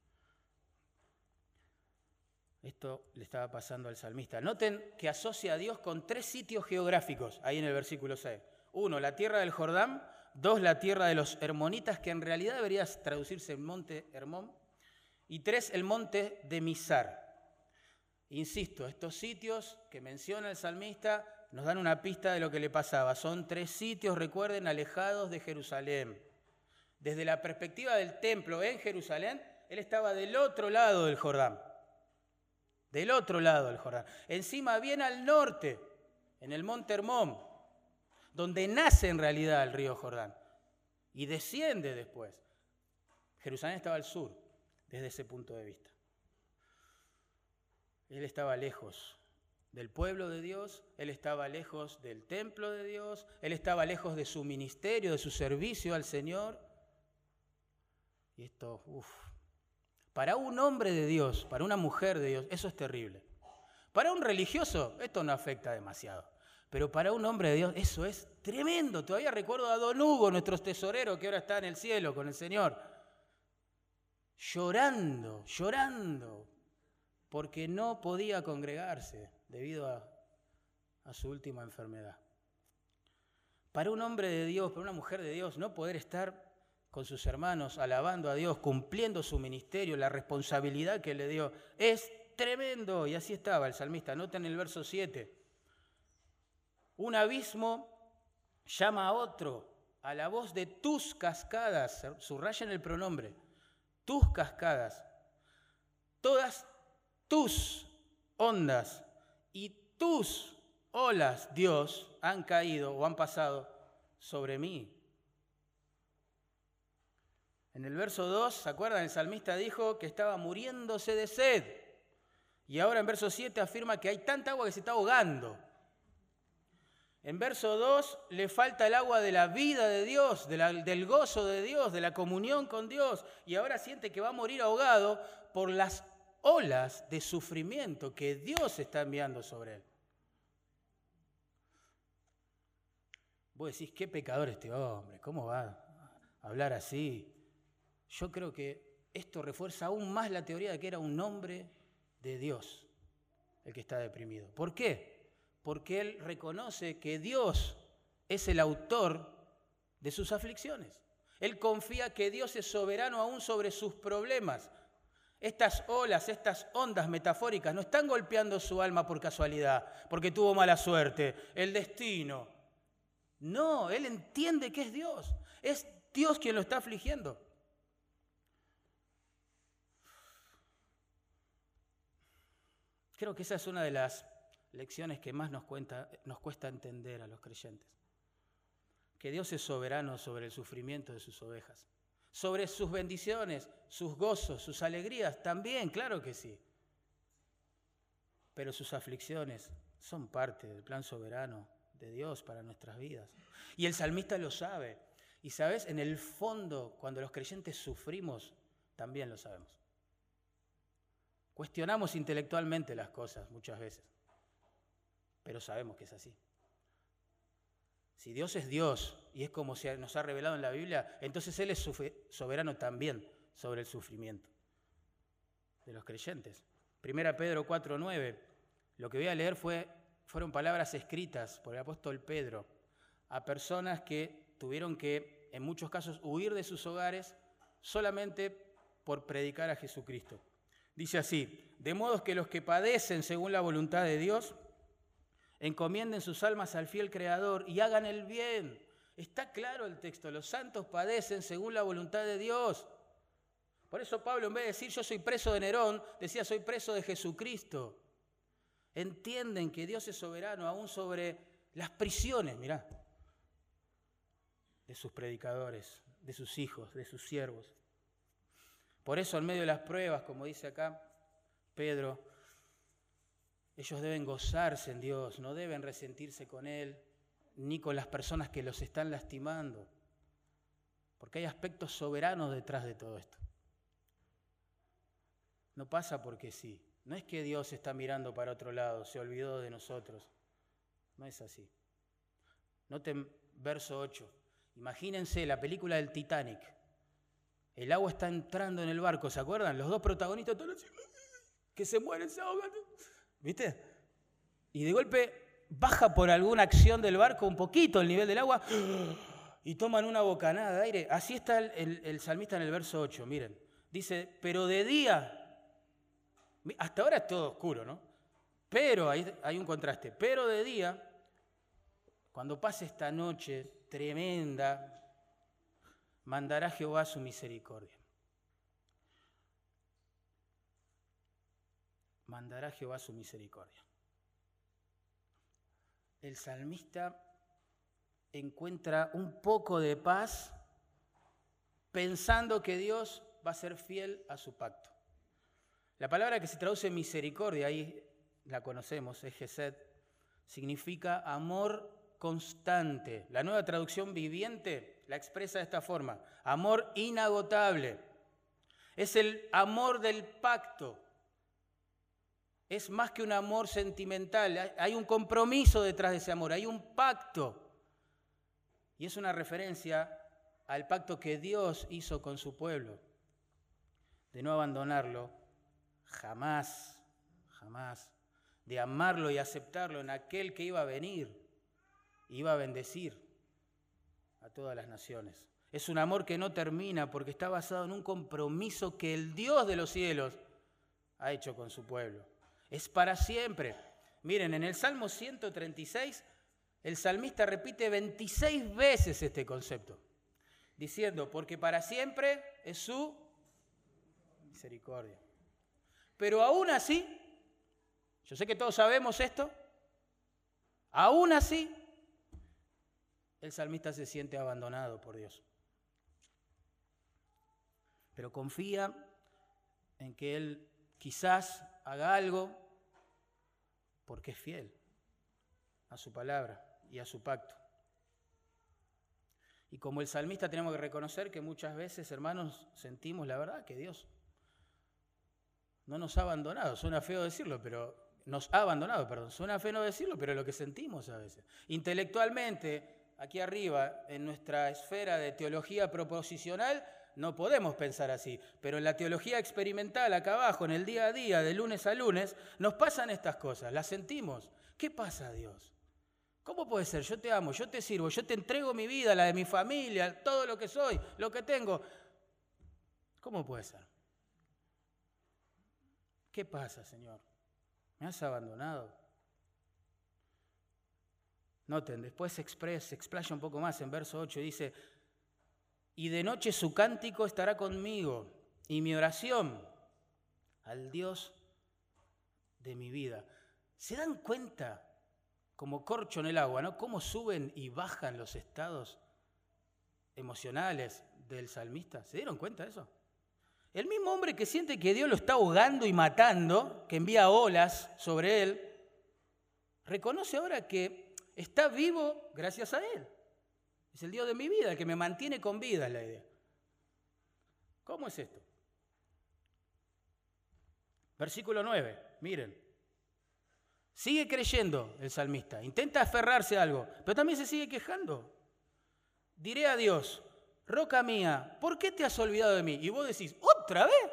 Esto le estaba pasando al salmista. Noten que asocia a Dios con tres sitios geográficos, ahí en el versículo seis. Uno, la tierra del Jordán. Dos, la tierra de los Hermonitas, que en realidad debería traducirse en monte Hermón. Y tres, el monte de Mizar. Insisto, estos sitios que menciona el salmista nos dan una pista de lo que le pasaba. Son tres sitios, recuerden, alejados de Jerusalén. Desde la perspectiva del templo en Jerusalén, él estaba del otro lado del Jordán. Del otro lado del Jordán. Encima, bien al norte, en el monte Hermón, donde nace en realidad el río Jordán y desciende después. Jerusalén estaba al sur, desde ese punto de vista. Él estaba lejos del pueblo de Dios, él estaba lejos del templo de Dios, él estaba lejos de su ministerio, de su servicio al Señor. Y esto, uff. Para un hombre de Dios, para una mujer de Dios, eso es terrible. Para un religioso, esto no afecta demasiado. Pero para un hombre de Dios, eso es tremendo. Todavía recuerdo a don Hugo, nuestro tesorero, que ahora está en el cielo con el Señor, llorando, llorando, porque no podía congregarse debido a, a su última enfermedad. Para un hombre de Dios, para una mujer de Dios, no poder estar con sus hermanos, alabando a Dios, cumpliendo su ministerio, la responsabilidad que le dio, es tremendo. Y así estaba el salmista. Noten el verso siete. Un abismo llama a otro, a la voz de tus cascadas, subrayen el pronombre, tus cascadas, todas tus ondas y tus olas, Dios, han caído o han pasado sobre mí. En el verso dos, ¿se acuerdan? El salmista dijo que estaba muriéndose de sed. Y ahora en verso siete afirma que hay tanta agua que se está ahogando. En verso dos le falta el agua de la vida de Dios, de la, del gozo de Dios, de la comunión con Dios, y ahora siente que va a morir ahogado por las olas de sufrimiento que Dios está enviando sobre él. Vos decís, qué pecador este hombre, ¿cómo va a hablar así? Yo creo que esto refuerza aún más la teoría de que era un hombre de Dios el que está deprimido. ¿Por qué? Porque él reconoce que Dios es el autor de sus aflicciones. Él confía que Dios es soberano aún sobre sus problemas. Estas olas, estas ondas metafóricas no están golpeando su alma por casualidad, porque tuvo mala suerte, el destino. No, él entiende que es Dios. Es Dios quien lo está afligiendo. Creo que esa es una de las lecciones que más nos, cuenta, nos cuesta entender a los creyentes. Que Dios es soberano sobre el sufrimiento de sus ovejas. Sobre sus bendiciones, sus gozos, sus alegrías, también, claro que sí. Pero sus aflicciones son parte del plan soberano de Dios para nuestras vidas. Y el salmista lo sabe. Y sabes, en el fondo, cuando los creyentes sufrimos, también lo sabemos. Cuestionamos intelectualmente las cosas muchas veces, pero sabemos que es así. Si Dios es Dios y es como se nos ha revelado en la Biblia, entonces Él es soberano también sobre el sufrimiento de los creyentes. Primera Pedro cuatro nueve, lo que voy a leer fue, fueron palabras escritas por el apóstol Pedro a personas que tuvieron que, en muchos casos, huir de sus hogares solamente por predicar a Jesucristo. Dice así, de modo que los que padecen según la voluntad de Dios, encomienden sus almas al fiel Creador y hagan el bien. Está claro el texto, los santos padecen según la voluntad de Dios. Por eso Pablo, en vez de decir yo soy preso de Nerón, decía soy preso de Jesucristo. Entienden que Dios es soberano aún sobre las prisiones, mirá, de sus predicadores, de sus hijos, de sus siervos. Por eso, en medio de las pruebas, como dice acá Pedro, ellos deben gozarse en Dios, no deben resentirse con Él, ni con las personas que los están lastimando, porque hay aspectos soberanos detrás de todo esto. No pasa porque sí. No es que Dios está mirando para otro lado, se olvidó de nosotros. No es así. Noten verso ocho. Imagínense la película del Titanic. El agua está entrando en el barco, ¿se acuerdan? Los dos protagonistas todos que se mueren, se ahogan. ¿Viste? Y de golpe baja por alguna acción del barco un poquito el nivel del agua y toman una bocanada de aire. Así está el, el, el salmista en el verso ocho, miren. Dice, pero de día, hasta ahora es todo oscuro, ¿no? Pero hay, hay un contraste. Pero de día, cuando pase esta noche tremenda, mandará Jehová su misericordia. Mandará Jehová su misericordia. El salmista encuentra un poco de paz pensando que Dios va a ser fiel a su pacto. La palabra que se traduce misericordia, ahí la conocemos, es Gesed, significa amor constante. La Nueva Traducción Viviente la expresa de esta forma, amor inagotable. Es el amor del pacto. Es más que un amor sentimental, hay un compromiso detrás de ese amor, hay un pacto. Y es una referencia al pacto que Dios hizo con su pueblo, de no abandonarlo jamás, jamás, de amarlo y aceptarlo en aquel que iba a venir, iba a bendecir a todas las naciones. Es un amor que no termina porque está basado en un compromiso que el Dios de los cielos ha hecho con su pueblo. Es para siempre. Miren, en el Salmo ciento treinta y seis, el salmista repite veintiséis veces este concepto, diciendo, porque para siempre es su misericordia. Pero aún así, yo sé que todos sabemos esto, aún así, el salmista se siente abandonado por Dios. Pero confía en que Él quizás haga algo porque es fiel a su palabra y a su pacto. Y como el salmista tenemos que reconocer que muchas veces, hermanos, sentimos la verdad que Dios no nos ha abandonado. Suena feo decirlo, pero nos ha abandonado, perdón. Suena feo no decirlo, pero es lo que sentimos a veces. Intelectualmente, aquí arriba, en nuestra esfera de teología proposicional, no podemos pensar así. Pero en la teología experimental, acá abajo, en el día a día, de lunes a lunes, nos pasan estas cosas, las sentimos. ¿Qué pasa, Dios? ¿Cómo puede ser? Yo te amo, yo te sirvo, yo te entrego mi vida, la de mi familia, todo lo que soy, lo que tengo. ¿Cómo puede ser? ¿Qué pasa, Señor? ¿Me has abandonado? Noten, después se, expresa, se explaya un poco más en verso ocho y dice, y de noche su cántico estará conmigo y mi oración al Dios de mi vida. ¿Se dan cuenta? Como corcho en el agua, ¿no? Cómo suben y bajan los estados emocionales del salmista. ¿Se dieron cuenta de eso? El mismo hombre que siente que Dios lo está ahogando y matando, que envía olas sobre él, reconoce ahora que está vivo gracias a Él. Es el Dios de mi vida, el que me mantiene con vida, es la idea. ¿Cómo es esto? Versículo nueve, miren. Sigue creyendo el salmista, intenta aferrarse a algo, pero también se sigue quejando. Diré a Dios, roca mía, ¿por qué te has olvidado de mí? Y vos decís, ¿otra vez?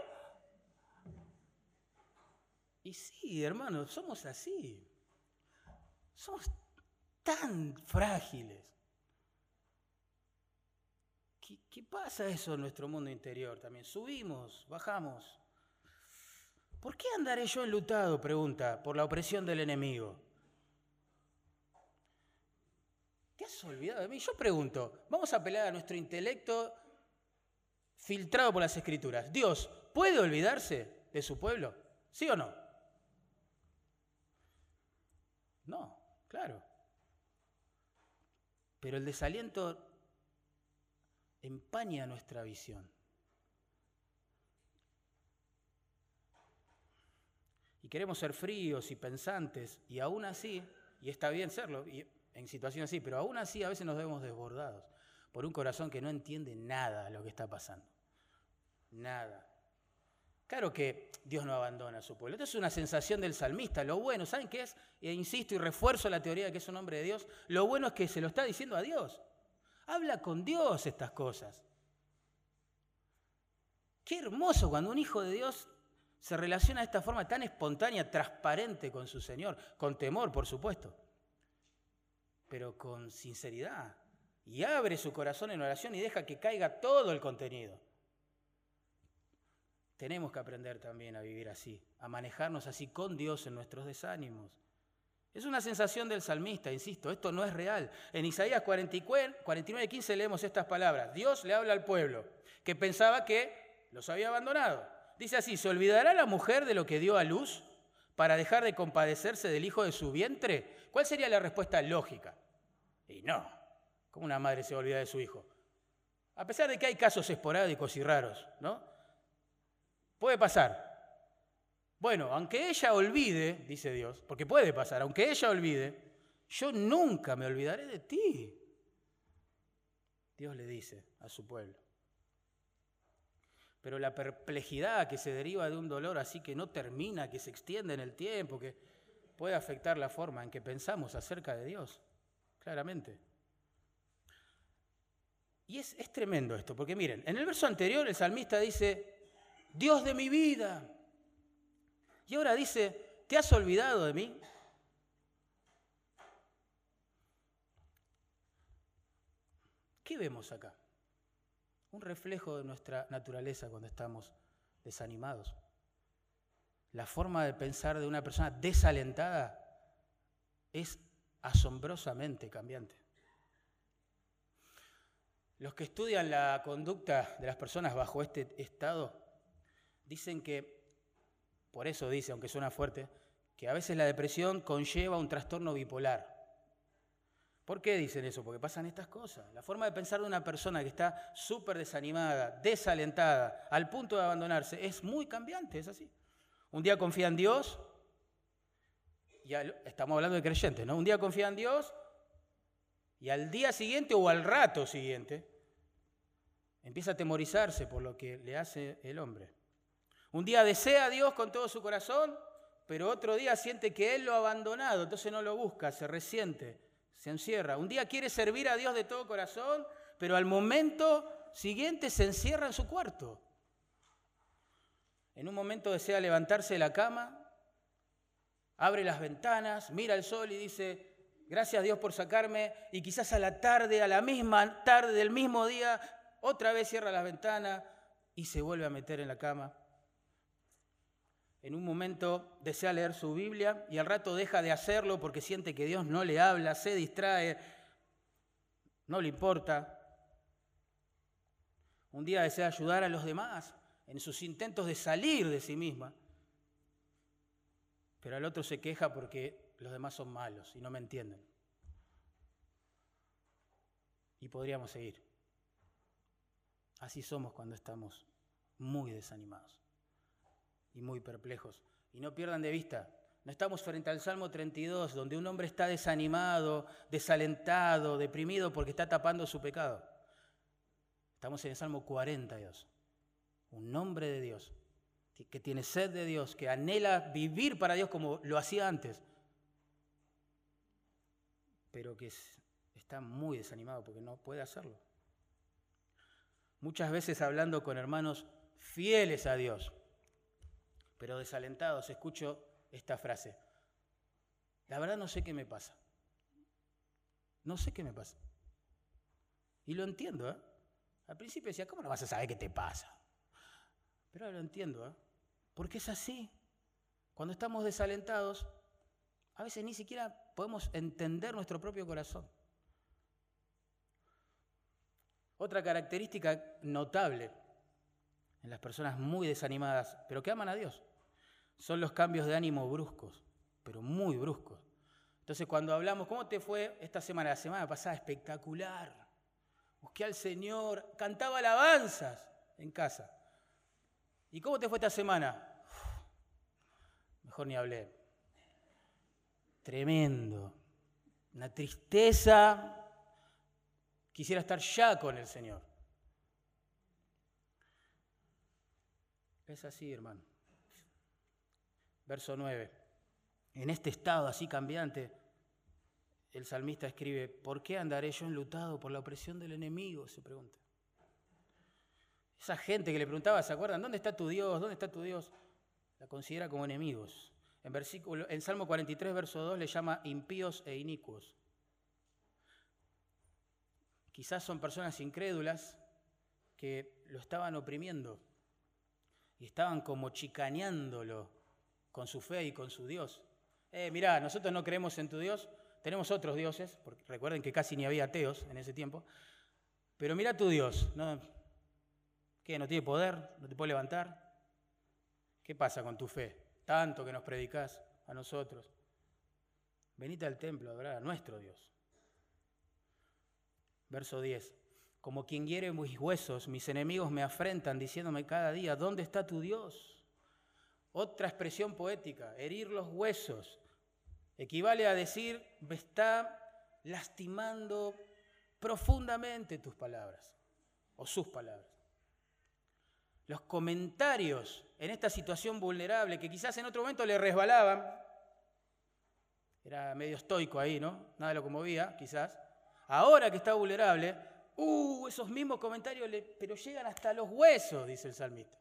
Y sí, hermanos, somos así. Somos tan frágiles. ¿Qué, qué pasa eso en nuestro mundo interior también? Subimos, bajamos. ¿Por qué andaré yo enlutado? Pregunta, por la opresión del enemigo. ¿Te has olvidado de mí? Yo pregunto, vamos a apelar a nuestro intelecto filtrado por las Escrituras. ¿Dios puede olvidarse de su pueblo? ¿Sí o no? No, claro. Pero el desaliento empaña nuestra visión. Y queremos ser fríos y pensantes, y aún así, y está bien serlo, y en situaciones así, pero aún así a veces nos vemos desbordados por un corazón que no entiende nada de lo que está pasando. Nada. Claro que Dios no abandona a su pueblo. Esto es una sensación del salmista. Lo bueno, ¿saben qué es? E insisto y refuerzo la teoría de que es un hombre de Dios. Lo bueno es que se lo está diciendo a Dios. Habla con Dios estas cosas. Qué hermoso cuando un hijo de Dios se relaciona de esta forma tan espontánea, transparente con su Señor, con temor, por supuesto, pero con sinceridad. Y abre su corazón en oración y deja que caiga todo el contenido. Tenemos que aprender también a vivir así, a manejarnos así con Dios en nuestros desánimos. Es una sensación del salmista, insisto, esto no es real. En Isaías cuarenta y nueve, quince leemos estas palabras. Dios le habla al pueblo que pensaba que los había abandonado. Dice así, ¿se olvidará la mujer de lo que dio a luz para dejar de compadecerse del hijo de su vientre? ¿Cuál sería la respuesta lógica? Y no, ¿cómo una madre se olvida de su hijo? A pesar de que hay casos esporádicos y raros, ¿no? Puede pasar. Bueno, aunque ella olvide, dice Dios, porque puede pasar, aunque ella olvide, yo nunca me olvidaré de ti. Dios le dice a su pueblo. Pero la perplejidad que se deriva de un dolor así que no termina, que se extiende en el tiempo, que puede afectar la forma en que pensamos acerca de Dios, claramente. Y es, es tremendo esto, porque miren, en el verso anterior el salmista dice, Dios de mi vida. Y ahora dice, ¿te has olvidado de mí? ¿Qué vemos acá? Un reflejo de nuestra naturaleza cuando estamos desanimados. La forma de pensar de una persona desalentada es asombrosamente cambiante. Los que estudian la conducta de las personas bajo este estado dicen que, por eso dice, aunque suena fuerte, que a veces la depresión conlleva un trastorno bipolar. ¿Por qué dicen eso? Porque pasan estas cosas. La forma de pensar de una persona que está súper desanimada, desalentada, al punto de abandonarse, es muy cambiante, es así. Un día confía en Dios, ya estamos hablando de creyentes, ¿no? Un día confía en Dios Y al día siguiente o al rato siguiente, empieza a atemorizarse por lo que le hace el hombre. Un día desea a Dios con todo su corazón, pero otro día siente que Él lo ha abandonado, entonces no lo busca, se resiente, se encierra. Un día quiere servir a Dios de todo corazón, pero al momento siguiente se encierra en su cuarto. En un momento desea levantarse de la cama, abre las ventanas, mira el sol y dice, gracias a Dios por sacarme, y quizás a la tarde, a la misma tarde del mismo día, otra vez cierra las ventanas y se vuelve a meter en la cama. En un momento desea leer su Biblia y al rato deja de hacerlo porque siente que Dios no le habla, se distrae, no le importa. Un día desea ayudar a los demás en sus intentos de salir de sí misma, pero al otro se queja porque los demás son malos y no me entienden. Y podríamos seguir. Así somos cuando estamos muy desanimados y muy perplejos. Y no pierdan de vista, no estamos frente al Salmo treinta y dos, donde un hombre está desanimado, desalentado, deprimido porque está tapando su pecado. Estamos en el Salmo cuarenta y dos. Un hombre de Dios, que tiene sed de Dios, que anhela vivir para Dios como lo hacía antes, pero que está muy desanimado porque no puede hacerlo. Muchas veces hablando con hermanos fieles a Dios, pero desalentados, escucho esta frase. La verdad no sé qué me pasa. No sé qué me pasa. Y lo entiendo, ¿eh? Al principio decía, ¿cómo no vas a saber qué te pasa? Pero ahora lo entiendo, ¿eh? Porque es así. Cuando estamos desalentados, a veces ni siquiera podemos entender nuestro propio corazón. Otra característica notable en las personas muy desanimadas, pero que aman a Dios, son los cambios de ánimo bruscos, pero muy bruscos. Entonces, cuando hablamos, ¿cómo te fue esta semana? La semana pasada, espectacular. Busqué al Señor, cantaba alabanzas en casa. ¿Y cómo te fue esta semana? Uf, mejor ni hablé. Tremendo. Una tristeza. Quisiera estar ya con el Señor. Es así, hermano. Verso nueve. En este estado así cambiante, el salmista escribe, ¿por qué andaré yo enlutado por la opresión del enemigo? Se pregunta. Esa gente que le preguntaba, ¿se acuerdan? ¿Dónde está tu Dios? ¿Dónde está tu Dios? La considera como enemigos. En, versículo, en Salmo cuarenta y tres, verso dos, le llama impíos e inicuos. Quizás son personas incrédulas que lo estaban oprimiendo y estaban como chicaneándolo con su fe y con su Dios. Eh, mirá, nosotros no creemos en tu Dios, tenemos otros dioses, porque recuerden que casi ni había ateos en ese tiempo, pero mirá tu Dios, ¿no? ¿Qué? ¿No tiene poder? ¿No te puede levantar? ¿Qué pasa con tu fe? Tanto que nos predicás a nosotros. Venite al templo a adorar a nuestro Dios. Verso diez. Como quien hiere mis huesos, mis enemigos me afrentan diciéndome cada día, ¿dónde está tu Dios? Otra expresión poética, herir los huesos, equivale a decir, me está lastimando profundamente tus palabras o sus palabras. Los comentarios en esta situación vulnerable, que quizás en otro momento le resbalaban, era medio estoico ahí, ¿no? Nada lo conmovía, quizás. Ahora que está vulnerable, uh, esos mismos comentarios, le, pero llegan hasta los huesos, dice el salmista.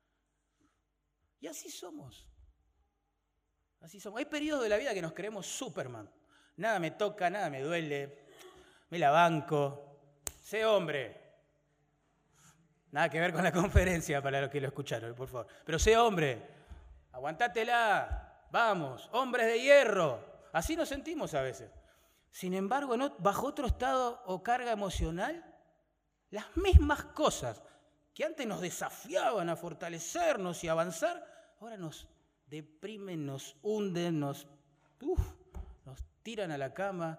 Y así somos. Así somos. Hay periodos de la vida que nos creemos Superman. Nada me toca, nada me duele, me la banco. Sé hombre. Nada que ver con la conferencia para los que lo escucharon, por favor. Pero sé hombre. Aguantátela. Vamos. Hombres de hierro. Así nos sentimos a veces. Sin embargo, ¿no? Bajo otro estado o carga emocional, las mismas cosas que antes nos desafiaban a fortalecernos y avanzar, ahora nos deprimen, nos hunden, nos, uf, nos tiran a la cama.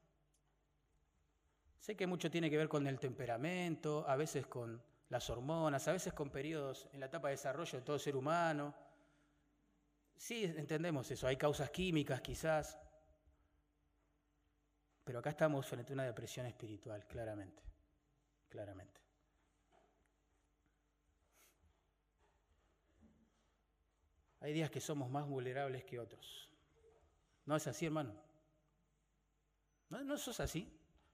Sé que mucho tiene que ver con el temperamento, a veces con las hormonas, a veces con periodos en la etapa de desarrollo de todo ser humano. Sí, entendemos eso, hay causas químicas quizás. Pero acá estamos frente a una depresión espiritual, claramente, claramente. Hay días que somos más vulnerables que otros. ¿No es así, hermano? ¿No, no sos así?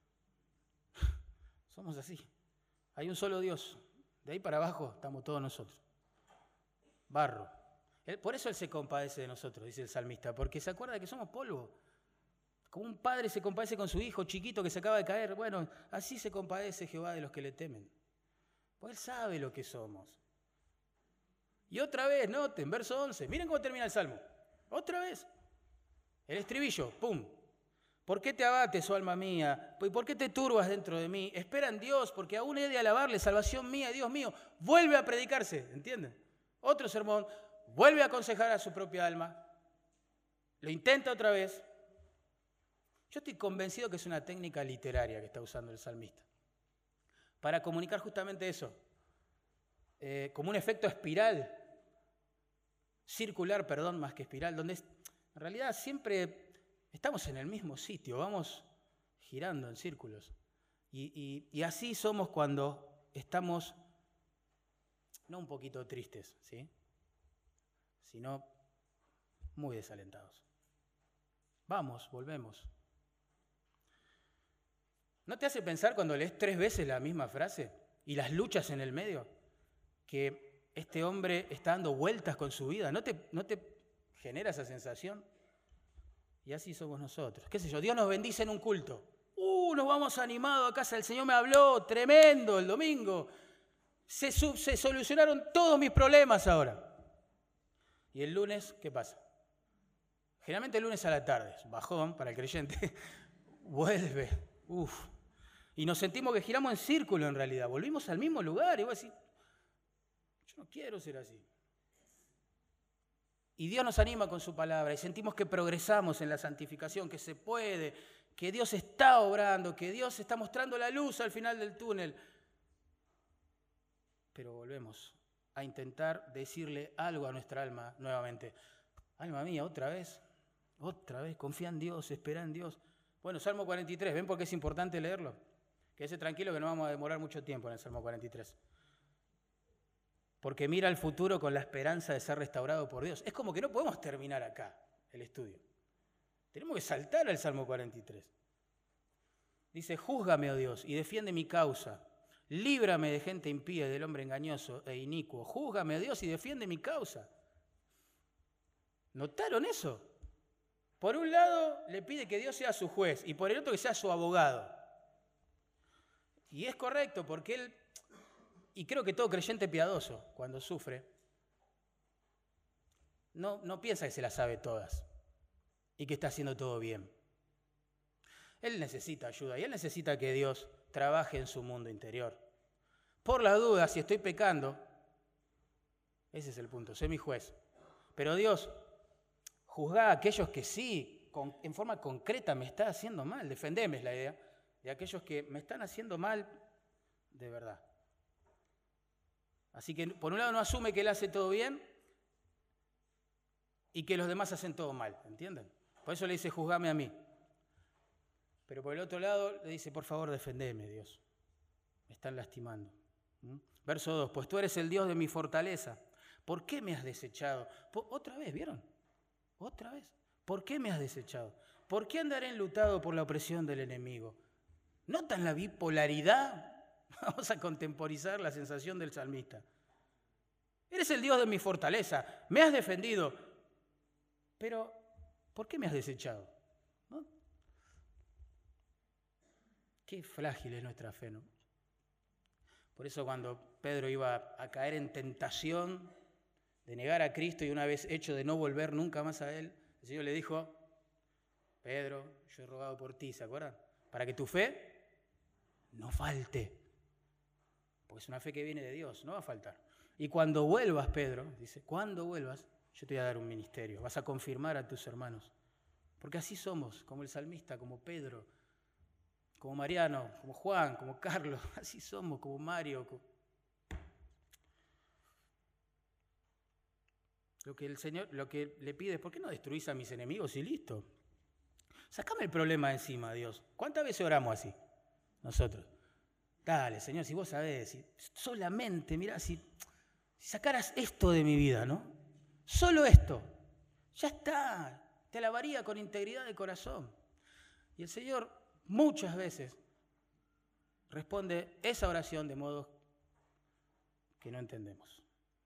Somos así. Hay un solo Dios. De ahí para abajo estamos todos nosotros. Barro. Él, por eso Él se compadece de nosotros, dice el salmista, porque se acuerda de que somos polvo. Como un padre se compadece con su hijo chiquito que se acaba de caer, bueno, así se compadece Jehová de los que le temen. Pues Él sabe lo que somos. Y otra vez, noten, verso once, miren cómo termina el Salmo. Otra vez. El estribillo, pum. ¿Por qué te abates, oh alma mía? ¿Y por qué te turbas dentro de mí? Espera en Dios, porque aún he de alabarle, salvación mía, Dios mío. Vuelve a predicarse, ¿entienden? Otro sermón, vuelve a aconsejar a su propia alma. Lo intenta otra vez. Yo estoy convencido que es una técnica literaria que está usando el salmista para comunicar justamente eso, eh, como un efecto espiral, circular, perdón, más que espiral, donde es, en realidad siempre estamos en el mismo sitio, vamos girando en círculos. Y, y, y así somos cuando estamos, no un poquito tristes, ¿sí?, sino muy desalentados. Vamos, volvemos. ¿No te hace pensar cuando lees tres veces la misma frase y las luchas en el medio, que este hombre está dando vueltas con su vida? ¿No te, no te genera esa sensación? Y así somos nosotros. ¿Qué sé yo? Dios nos bendice en un culto. ¡Uh! Nos vamos animados a casa. El Señor me habló tremendo el domingo. Se, se solucionaron todos mis problemas ahora. ¿Y el lunes qué pasa? Generalmente el lunes a la tarde, bajón para el creyente, vuelve. Uf. Y nos sentimos que giramos en círculo en realidad. Volvimos al mismo lugar y vos decís, yo no quiero ser así. Y Dios nos anima con su palabra y sentimos que progresamos en la santificación, que se puede, que Dios está obrando, que Dios está mostrando la luz al final del túnel. Pero volvemos a intentar decirle algo a nuestra alma nuevamente. Alma mía, otra vez, otra vez, confía en Dios, espera en Dios. Bueno, Salmo cuarenta y tres, ¿ven por qué es importante leerlo? Quédese tranquilo que no vamos a demorar mucho tiempo en el Salmo cuarenta y tres. Porque mira al futuro con la esperanza de ser restaurado por Dios. Es como que no podemos terminar acá el estudio. Tenemos que saltar al Salmo cuarenta y tres. Dice, júzgame, oh Dios, y defiende mi causa. Líbrame de gente impía y del hombre engañoso e inicuo. Júzgame, oh Dios, y defiende mi causa. ¿Notaron eso? Por un lado, le pide que Dios sea su juez y por el otro que sea su abogado. Y es correcto porque él, y creo que todo creyente piadoso, cuando sufre, no, no piensa que se las sabe todas y que está haciendo todo bien. Él necesita ayuda y él necesita que Dios trabaje en su mundo interior. Por la duda, si estoy pecando, ese es el punto, sé mi juez. Pero Dios, juzgá a aquellos que sí, con, en forma concreta me está haciendo mal. Defendeme es la idea de aquellos que me están haciendo mal de verdad. Así que por un lado no asume que él hace todo bien y que los demás hacen todo mal, ¿entienden? Por eso le dice, juzgame a mí. Pero por el otro lado le dice, por favor, defendeme, Dios. Me están lastimando. ¿Mm? Verso dos, pues tú eres el Dios de mi fortaleza. ¿Por qué me has desechado? Por, otra vez, ¿vieron? Otra vez. ¿Por qué me has desechado? ¿Por qué andaré enlutado por la opresión del enemigo? ¿Notan la bipolaridad? Vamos a contemporizar la sensación del salmista. Eres el Dios de mi fortaleza, me has defendido, pero ¿por qué me has desechado? ¿No? Qué frágil es nuestra fe, ¿no? Por eso cuando Pedro iba a caer en tentación de negar a Cristo y una vez hecho de no volver nunca más a Él, el Señor le dijo, Pedro, yo he rogado por ti, ¿se acuerdan? Para que tu fe no falte. Porque es una fe que viene de Dios, no va a faltar. Y cuando vuelvas, Pedro, dice, cuando vuelvas, yo te voy a dar un ministerio, vas a confirmar a tus hermanos. Porque así somos, como el salmista, como Pedro, como Mariano, como Juan, como Carlos, así somos, como Mario. Como... Lo que el Señor, lo que le pide es, ¿por qué no destruís a mis enemigos y listo? Sacame el problema encima, Dios. ¿Cuántas veces oramos así? Nosotros. Dale, Señor, si vos sabés, si solamente, mirá, si, si sacaras esto de mi vida, ¿no? Solo esto. Ya está. Te alabaría con integridad de corazón. Y el Señor muchas veces responde esa oración de modo que no entendemos.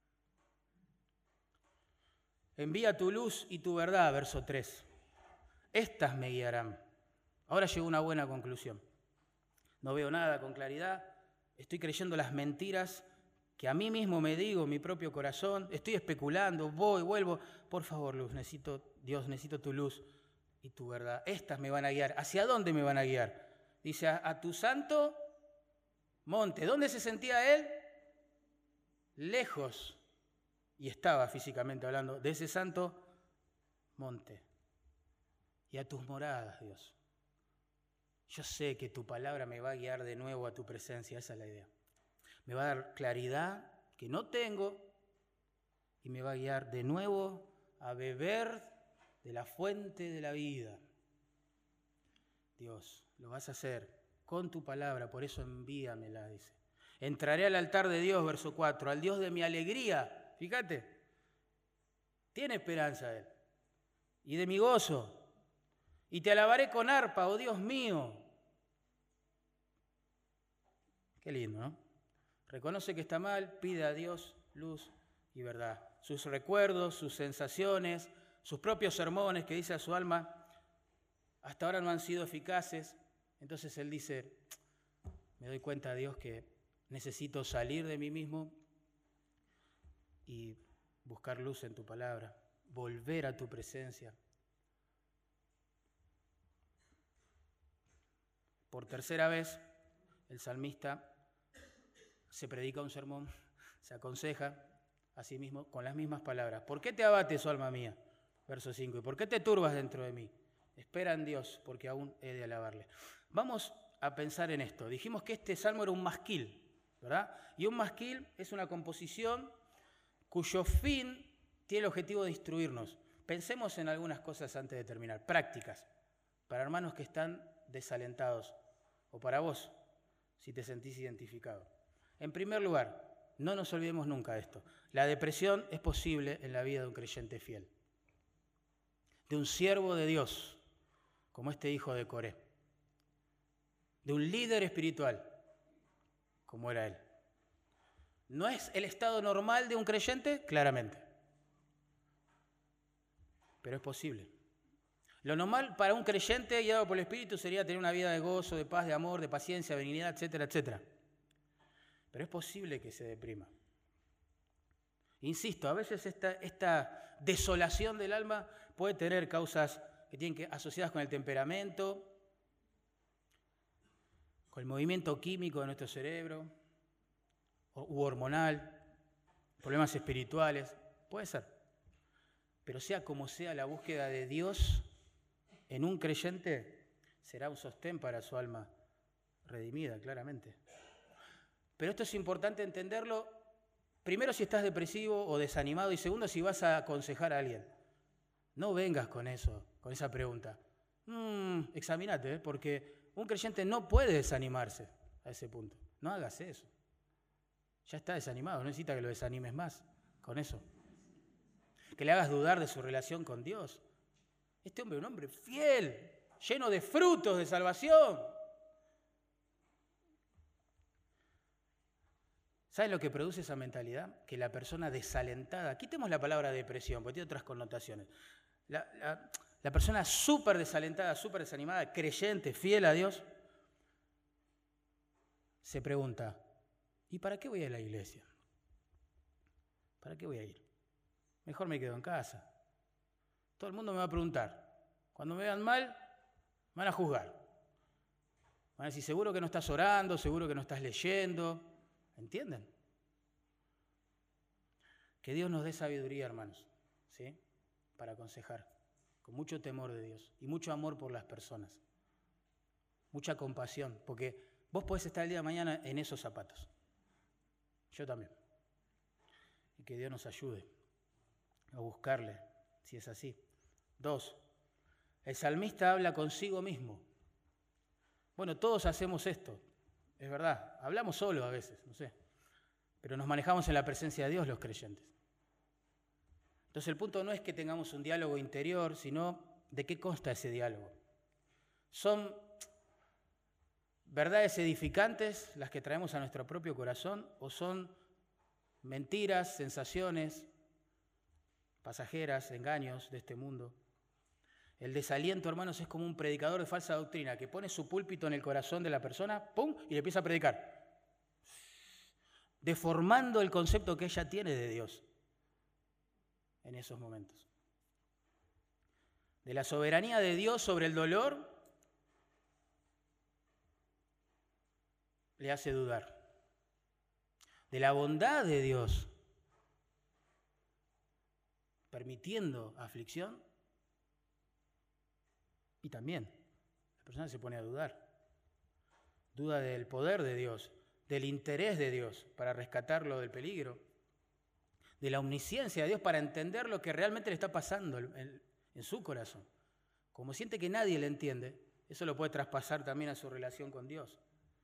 Envía tu luz y tu verdad, verso tres. Estas me guiarán. Ahora llegó una buena conclusión. No veo nada con claridad, estoy creyendo las mentiras que a mí mismo me digo, mi propio corazón, estoy especulando, voy, vuelvo. Por favor, luz, necesito, Dios, necesito tu luz y tu verdad. Estas me van a guiar. ¿Hacia dónde me van a guiar? Dice, a, a tu santo monte. ¿Dónde se sentía él? Lejos. Y estaba físicamente hablando de ese santo monte. Y a tus moradas, Dios. Yo sé que tu palabra me va a guiar de nuevo a tu presencia, esa es la idea. Me va a dar claridad que no tengo y me va a guiar de nuevo a beber de la fuente de la vida. Dios, lo vas a hacer con tu palabra, por eso envíamela, dice. Entraré al altar de Dios, verso cuatro, al Dios de mi alegría, fíjate, tiene esperanza él, y de mi gozo. Y te alabaré con arpa, oh Dios mío. Qué lindo, ¿no? Reconoce que está mal, pide a Dios luz y verdad. Sus recuerdos, sus sensaciones, sus propios sermones que dice a su alma, hasta ahora no han sido eficaces. Entonces él dice, me doy cuenta, Dios, que necesito salir de mí mismo y buscar luz en tu palabra, volver a tu presencia. Por tercera vez, el salmista se predica un sermón, se aconseja a sí mismo con las mismas palabras. ¿Por qué te abates, oh alma mía? Verso cinco. ¿Y por qué te turbas dentro de mí? Espera en Dios, porque aún he de alabarle. Vamos a pensar en esto. Dijimos que este salmo era un masquil, ¿verdad? Y un masquil es una composición cuyo fin tiene el objetivo de instruirnos. Pensemos en algunas cosas antes de terminar. Prácticas, para hermanos que están desalentados. O para vos, si te sentís identificado. En primer lugar, no nos olvidemos nunca de esto. La depresión es posible en la vida de un creyente fiel. De un siervo de Dios, como este hijo de Coré. De un líder espiritual, como era él. ¿No es el estado normal de un creyente? Claramente. Pero es posible. Lo normal para un creyente guiado por el Espíritu sería tener una vida de gozo, de paz, de amor, de paciencia, benignidad, etcétera, etcétera. Pero es posible que se deprima. Insisto, a veces esta, esta desolación del alma puede tener causas que tienen que asociadas con el temperamento, con el movimiento químico de nuestro cerebro, u hormonal, problemas espirituales, puede ser. Pero sea como sea, la búsqueda de Dios en un creyente será un sostén para su alma redimida, claramente. Pero esto es importante entenderlo, primero si estás depresivo o desanimado, y segundo si vas a aconsejar a alguien. No vengas con eso, con esa pregunta. Mm, examínate, ¿eh? Porque un creyente no puede desanimarse a ese punto. No hagas eso. Ya está desanimado, no necesita que lo desanimes más con eso. Que le hagas dudar de su relación con Dios. Este hombre es un hombre fiel, lleno de frutos de salvación. ¿Saben lo que produce esa mentalidad? Que la persona desalentada, quitemos la palabra depresión, porque tiene otras connotaciones. La, la, la persona súper desalentada, súper desanimada, creyente, fiel a Dios, se pregunta, ¿y para qué voy a la iglesia? ¿Para qué voy a ir? Mejor me quedo en casa. Todo el mundo me va a preguntar. Cuando me vean mal, me van a juzgar. Van a decir, seguro que no estás orando, seguro que no estás leyendo. ¿Entienden? Que Dios nos dé sabiduría, hermanos, ¿sí? Para aconsejar, con mucho temor de Dios y mucho amor por las personas. Mucha compasión, porque vos podés estar el día de mañana en esos zapatos. Yo también. Y que Dios nos ayude a buscarle, si es así. Dos, El salmista habla consigo mismo. Bueno, todos hacemos esto, es verdad. Hablamos solo a veces, no sé. Pero nos manejamos en la presencia de Dios los creyentes. Entonces el punto no es que tengamos un diálogo interior, sino de qué consta ese diálogo. ¿Son verdades edificantes las que traemos a nuestro propio corazón o son mentiras, sensaciones pasajeras, engaños de este mundo? El desaliento, hermanos, es como un predicador de falsa doctrina que pone su púlpito en el corazón de la persona, ¡pum!, y le empieza a predicar, deformando el concepto que ella tiene de Dios en esos momentos. De la soberanía de Dios sobre el dolor, le hace dudar. De la bondad de Dios, permitiendo aflicción, y también la persona se pone a dudar. Duda del poder de Dios, del interés de Dios para rescatarlo del peligro, de la omnisciencia de Dios para entender lo que realmente le está pasando en, en su corazón. Como siente que nadie le entiende, eso lo puede traspasar también a su relación con Dios.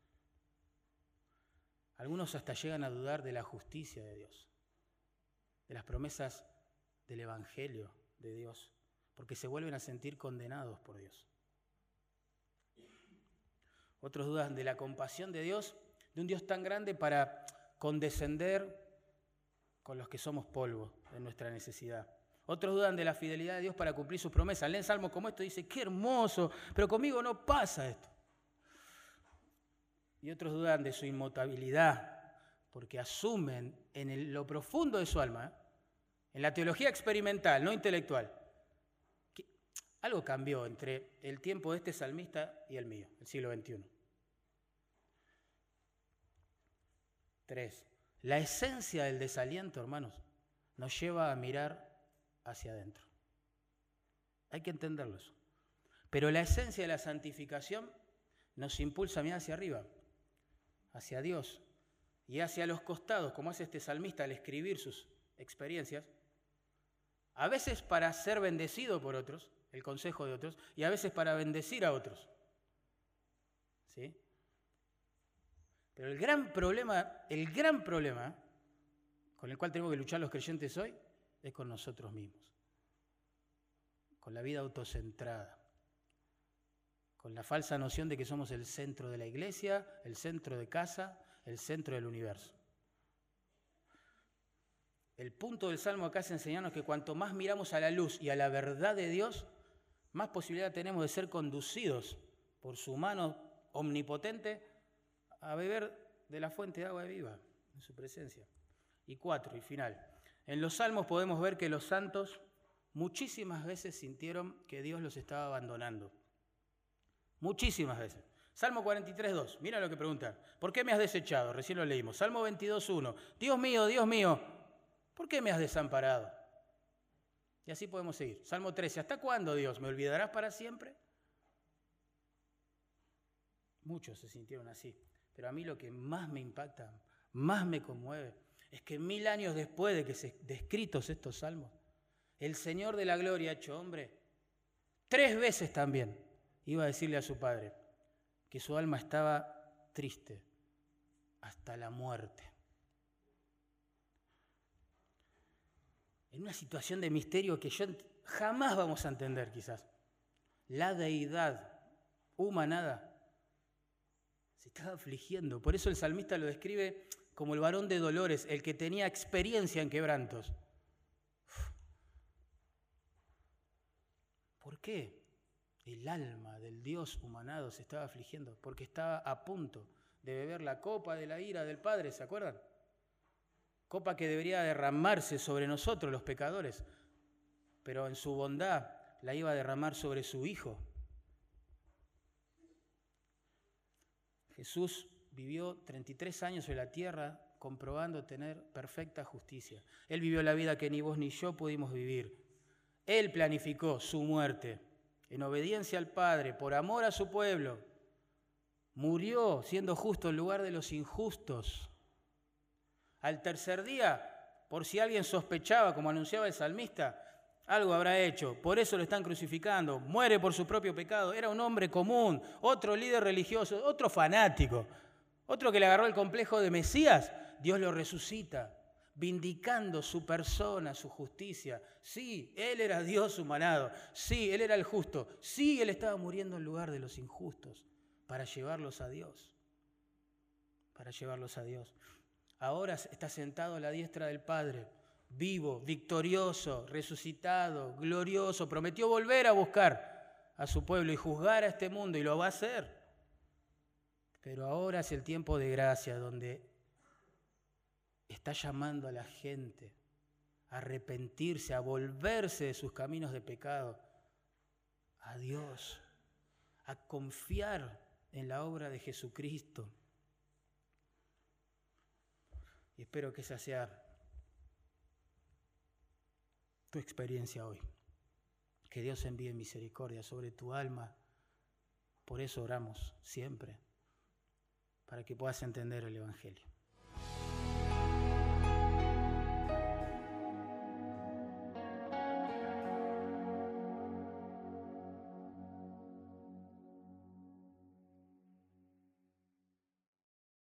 Algunos hasta llegan a dudar de la justicia de Dios, de las promesas del Evangelio de Dios, porque se vuelven a sentir condenados por Dios. Otros dudan de la compasión de Dios, de un Dios tan grande para condescender con los que somos polvo en nuestra necesidad. Otros dudan de la fidelidad de Dios para cumplir sus promesas. Leen salmos como esto y dicen, qué hermoso, pero conmigo no pasa esto. Y otros dudan de su inmutabilidad, porque asumen en el, lo profundo de su alma, ¿eh? En la teología experimental, no intelectual, que algo cambió entre el tiempo de este salmista y el mío, el siglo veintiuno. Tres, la esencia del desaliento, hermanos, nos lleva a mirar hacia adentro. Hay que entenderlo eso. Pero la esencia de la santificación nos impulsa a mirar hacia arriba, hacia Dios y hacia los costados, como hace este salmista al escribir sus experiencias, a veces para ser bendecido por otros, el consejo de otros, y a veces para bendecir a otros. ¿Sí? Pero el gran problema, el gran problema con el cual tenemos que luchar los creyentes hoy es con nosotros mismos, con la vida autocentrada, con la falsa noción de que somos el centro de la iglesia, el centro de casa, el centro del universo. El punto del Salmo acá es enseñarnos que cuanto más miramos a la luz y a la verdad de Dios, más posibilidad tenemos de ser conducidos por su mano omnipotente a beber de la fuente de agua viva, en su presencia. Y cuatro, y final. En los Salmos podemos ver que los santos muchísimas veces sintieron que Dios los estaba abandonando. Muchísimas veces. Salmo cuarenta y tres, dos. Mira lo que pregunta. ¿Por qué me has desechado? Recién lo leímos. Salmo veintidós, uno. Dios mío, Dios mío, ¿por qué me has desamparado? Y así podemos seguir. Salmo trece. ¿Hasta cuándo, Dios? ¿Me olvidarás para siempre? Muchos se sintieron así. Pero a mí lo que más me impacta, más me conmueve, es que mil años después de que se descritos estos salmos, el Señor de la gloria hecho hombre, tres veces también iba a decirle a su Padre que su alma estaba triste hasta la muerte. En una situación de misterio que yo jamás vamos a entender quizás. La deidad humanada se estaba afligiendo. Por eso el salmista lo describe como el varón de dolores, el que tenía experiencia en quebrantos. ¿Por qué el alma del Dios humanado se estaba afligiendo? Porque estaba a punto de beber la copa de la ira del Padre, ¿se acuerdan? Copa que debería derramarse sobre nosotros, los pecadores, pero en su bondad la iba a derramar sobre su Hijo. Jesús vivió treinta y tres años en la tierra comprobando tener perfecta justicia. Él vivió la vida que ni vos ni yo pudimos vivir. Él planificó su muerte en obediencia al Padre, por amor a su pueblo. Murió siendo justo en lugar de los injustos. Al tercer día, por si alguien sospechaba, como anunciaba el salmista, Algo habrá hecho, por eso lo están crucificando, muere por su propio pecado. Era un hombre común, otro líder religioso, otro fanático, otro que le agarró el complejo de Mesías. Dios lo resucita, vindicando su persona, su justicia. Sí, Él era Dios humanado, sí, Él era el justo, sí, Él estaba muriendo en lugar de los injustos para llevarlos a Dios, para llevarlos a Dios. Ahora está sentado a la diestra del Padre, vivo, victorioso, resucitado, glorioso. Prometió volver a buscar a su pueblo y juzgar a este mundo, y lo va a hacer. Pero ahora es el tiempo de gracia, donde está llamando a la gente a arrepentirse, a volverse de sus caminos de pecado, a Dios, a confiar en la obra de Jesucristo. Y espero que esa sea tu experiencia hoy. Que Dios envíe misericordia sobre tu alma. Por eso oramos siempre, para que puedas entender el Evangelio.